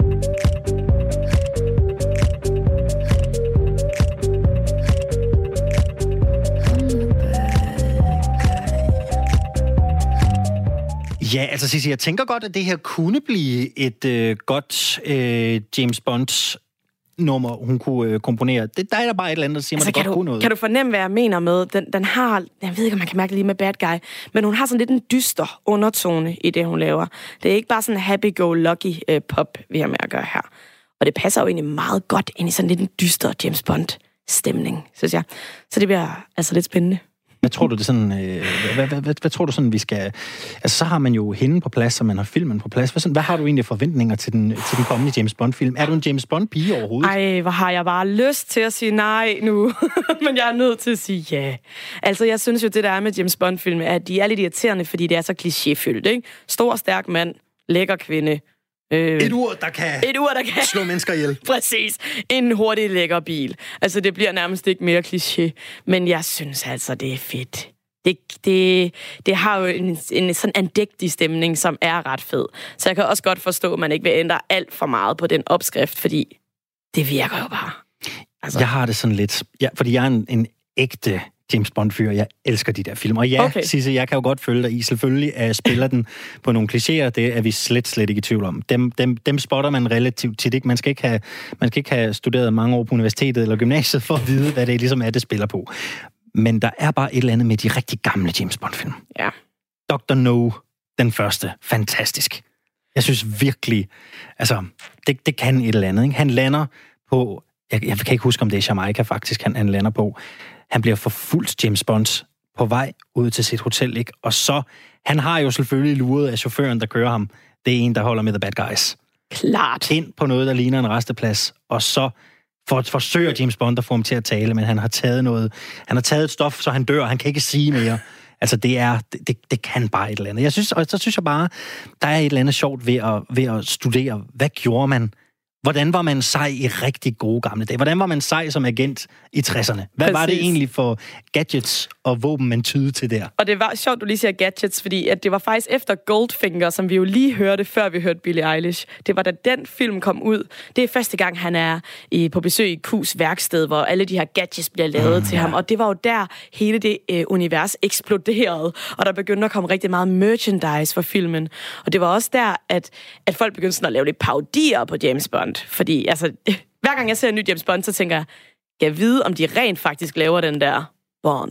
Ja, altså Sissi, jeg tænker godt, at det her kunne blive et øh, godt øh, James Bond nummer, hun kunne øh, komponere. Det, der er der bare et eller andet, der siger, altså, man det godt du, kunne noget. Kan du fornemme, hvad jeg mener med? Den, den har, jeg ved ikke, om man kan mærke det lige med Bad Guy, men hun har sådan lidt en dyster undertone i det, hun laver. Det er ikke bare sådan en happy-go-lucky øh, pop, vi har med at gøre her. Og det passer jo egentlig meget godt ind i sådan lidt en dyster James Bond-stemning, synes jeg. Så det bliver altså lidt spændende. Hvad tror du, det sådan, øh, hvad, hvad, hvad, hvad tror du sådan, vi skal... Altså, så har man jo hende på plads, og man har filmen på plads. Hvad, sådan, hvad har du egentlig forventninger til den, til den kommende James Bond-film? Er du en James Bond-pige overhovedet? Ej, hvor har jeg bare lyst til at sige nej nu. Men jeg er nødt til at sige ja. Altså, jeg synes jo, det der er med James Bond-film, er, at de er lidt irriterende, fordi det er så klichéfyldt, ikke? Stor, stærk mand, lækker kvinde. Øh, et ur, der kan, et ur, der kan slå mennesker ihjel. Præcis. En hurtig, lækker bil. Altså, det bliver nærmest ikke mere kliché. Men jeg synes altså, det er fedt. Det, det, det har jo en, en sådan andægtig stemning, som er ret fed. Så jeg kan også godt forstå, at man ikke vil ændre alt for meget på den opskrift, fordi det virker jo bare. Altså. Jeg har det sådan lidt... Ja, fordi jeg er en, en ægte James Bond-fyr. Jeg elsker de der film. Og ja, okay. Sisse, jeg kan jo godt følge dig i. Selvfølgelig uh, spiller den på nogle klichéer. Det er vi slet, slet ikke i tvivl om. Dem, dem, dem spotter man relativt tit. Ikke? Man skal ikke have, man skal ikke have studeret mange år på universitetet eller gymnasiet for at vide, hvad det ligesom er, det spiller på. Men der er bare et eller andet med de rigtig gamle James Bond-film. Ja. doktor No, den første. Fantastisk. Jeg synes virkelig... Altså, det, det kan et eller andet. Ikke? Han lander på... Jeg, jeg kan ikke huske, om det er Jamaica faktisk, han, han lander på. Han bliver forfulgt James Bond på vej ud til sit hotel, ikke? Og så, han har jo selvfølgelig luret af chaufføren, der kører ham. Det er en, der holder med the bad guys. Klart. Ind på noget, der ligner en resteplads, og så for, forsøger James Bond at få ham til at tale, men han har taget noget, han har taget et stof, så han dør, han kan ikke sige mere. Altså, det er, det, det, det kan bare et eller andet. Jeg synes, og så synes jeg bare, der er et eller andet sjovt ved at, ved at studere, hvad gjorde man? Hvordan var man sej i rigtig gode gamle dage? Hvordan var man sej som agent i tresserne? Hvad Præcis. Var det egentlig for gadgets og våben, man tydede til der? Og det var sjovt, du lige siger gadgets, fordi at det var faktisk efter Goldfinger, som vi jo lige hørte, før vi hørte Billie Eilish. Det var da den film kom ud. Det er første gang, han er i, på besøg i Q's værksted, hvor alle de her gadgets bliver lavet mm, til ja. ham. Og det var jo der, hele det øh, univers eksploderede, og der begyndte at komme rigtig meget merchandise for filmen. Og det var også der, at, at folk begyndte sådan at lave lidt parodier på James Bond. Fordi altså, hver gang jeg ser en ny James Bond, så tænker jeg, kan jeg vide, om de rent faktisk laver den der Bond.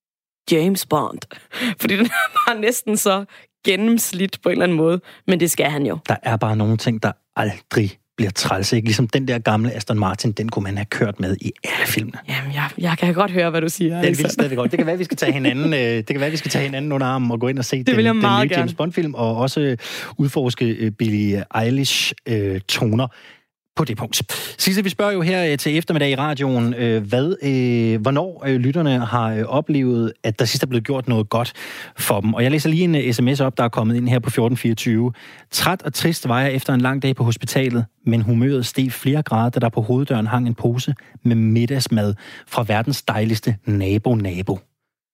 James Bond. Fordi den er bare næsten så gennemslidt på en eller anden måde. Men det skal han jo. Der er bare nogle ting, der aldrig bliver træls. Ikke? Ligesom den der gamle Aston Martin, den kunne man have kørt med i alle filmene. Jamen, jeg, jeg kan godt høre, hvad du siger. Det vil stadig godt. Det kan være, vi skal tage hinanden, det kan være, vi skal tage hinanden under armen og gå ind og se det den, den nye gerne. James Bond-film, og også udforske Billie Eilish-toner. På det punkt. Sisse, vi spørger jo her til eftermiddag i radioen, hvad, øh, hvornår øh, lytterne har øh, oplevet, at der sidst er blevet gjort noget godt for dem. Og jeg læser lige en sms op, der er kommet ind her på fjorten fireogtyve. Træt og trist var jeg efter en lang dag på hospitalet, men humøret steg flere grader, da der på hoveddøren hang en pose med middagsmad fra verdens dejligste nabo-nabo.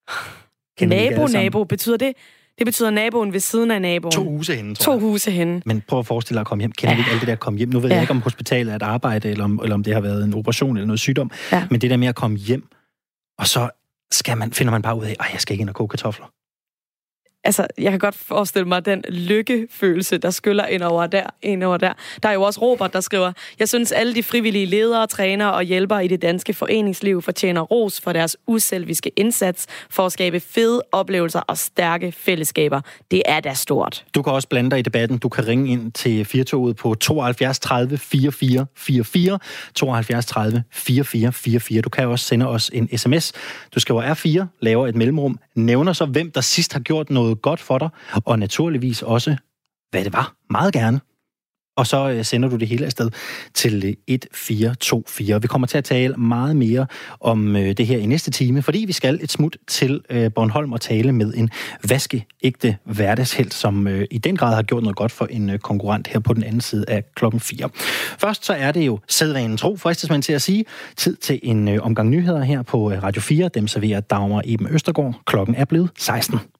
Nabo, nabo, betyder det? Det betyder naboen ved siden af naboen. To huse henne, tror jeg. To huse henne. Men prøv at forestille dig at komme hjem. Kender vi ikke alt det der at komme hjem? Nu ved ja. jeg ikke, om hospitalet er et arbejde, eller om, eller om det har været en operation eller noget sygdom. Ja. Men det der med at komme hjem, og så skal man, finder man bare ud af, at jeg skal ikke ind og koge kartofler. Altså, jeg kan godt forestille mig den lykkefølelse, der skyller ind over der, ind over der. Der er jo også Robert, der skriver, jeg synes, alle de frivillige ledere, trænere og hjælpere i det danske foreningsliv fortjener ros for deres uselviske indsats for at skabe fede oplevelser og stærke fællesskaber. Det er da stort. Du kan også blande dig i debatten. Du kan ringe ind til Firtoget på tooghalvfjerds tredive fireogfyrre fireogfyrre, tooghalvfjerds tredive fireogfyrre fireogfyrre. Du kan også sende os en sms. Du skriver R fire, laver et mellemrum, nævner så, hvem der sidst har gjort noget godt for dig, og naturligvis også, hvad det var. Meget gerne. Og så øh, sender du det hele afsted til et fire to fire. Vi kommer til at tale meget mere om øh, det her i næste time, fordi vi skal et smut til øh, Bornholm og tale med en vaskeægte hverdagshelt, som øh, i den grad har gjort noget godt for en øh, konkurrent her på den anden side af klokken fire. Først så er det jo sædvanen tro, fristes man til at sige. Tid til en øh, omgang nyheder her på øh, Radio fire. Dem serverer Dagmar Eben Østergaard. Klokken er blevet seksten.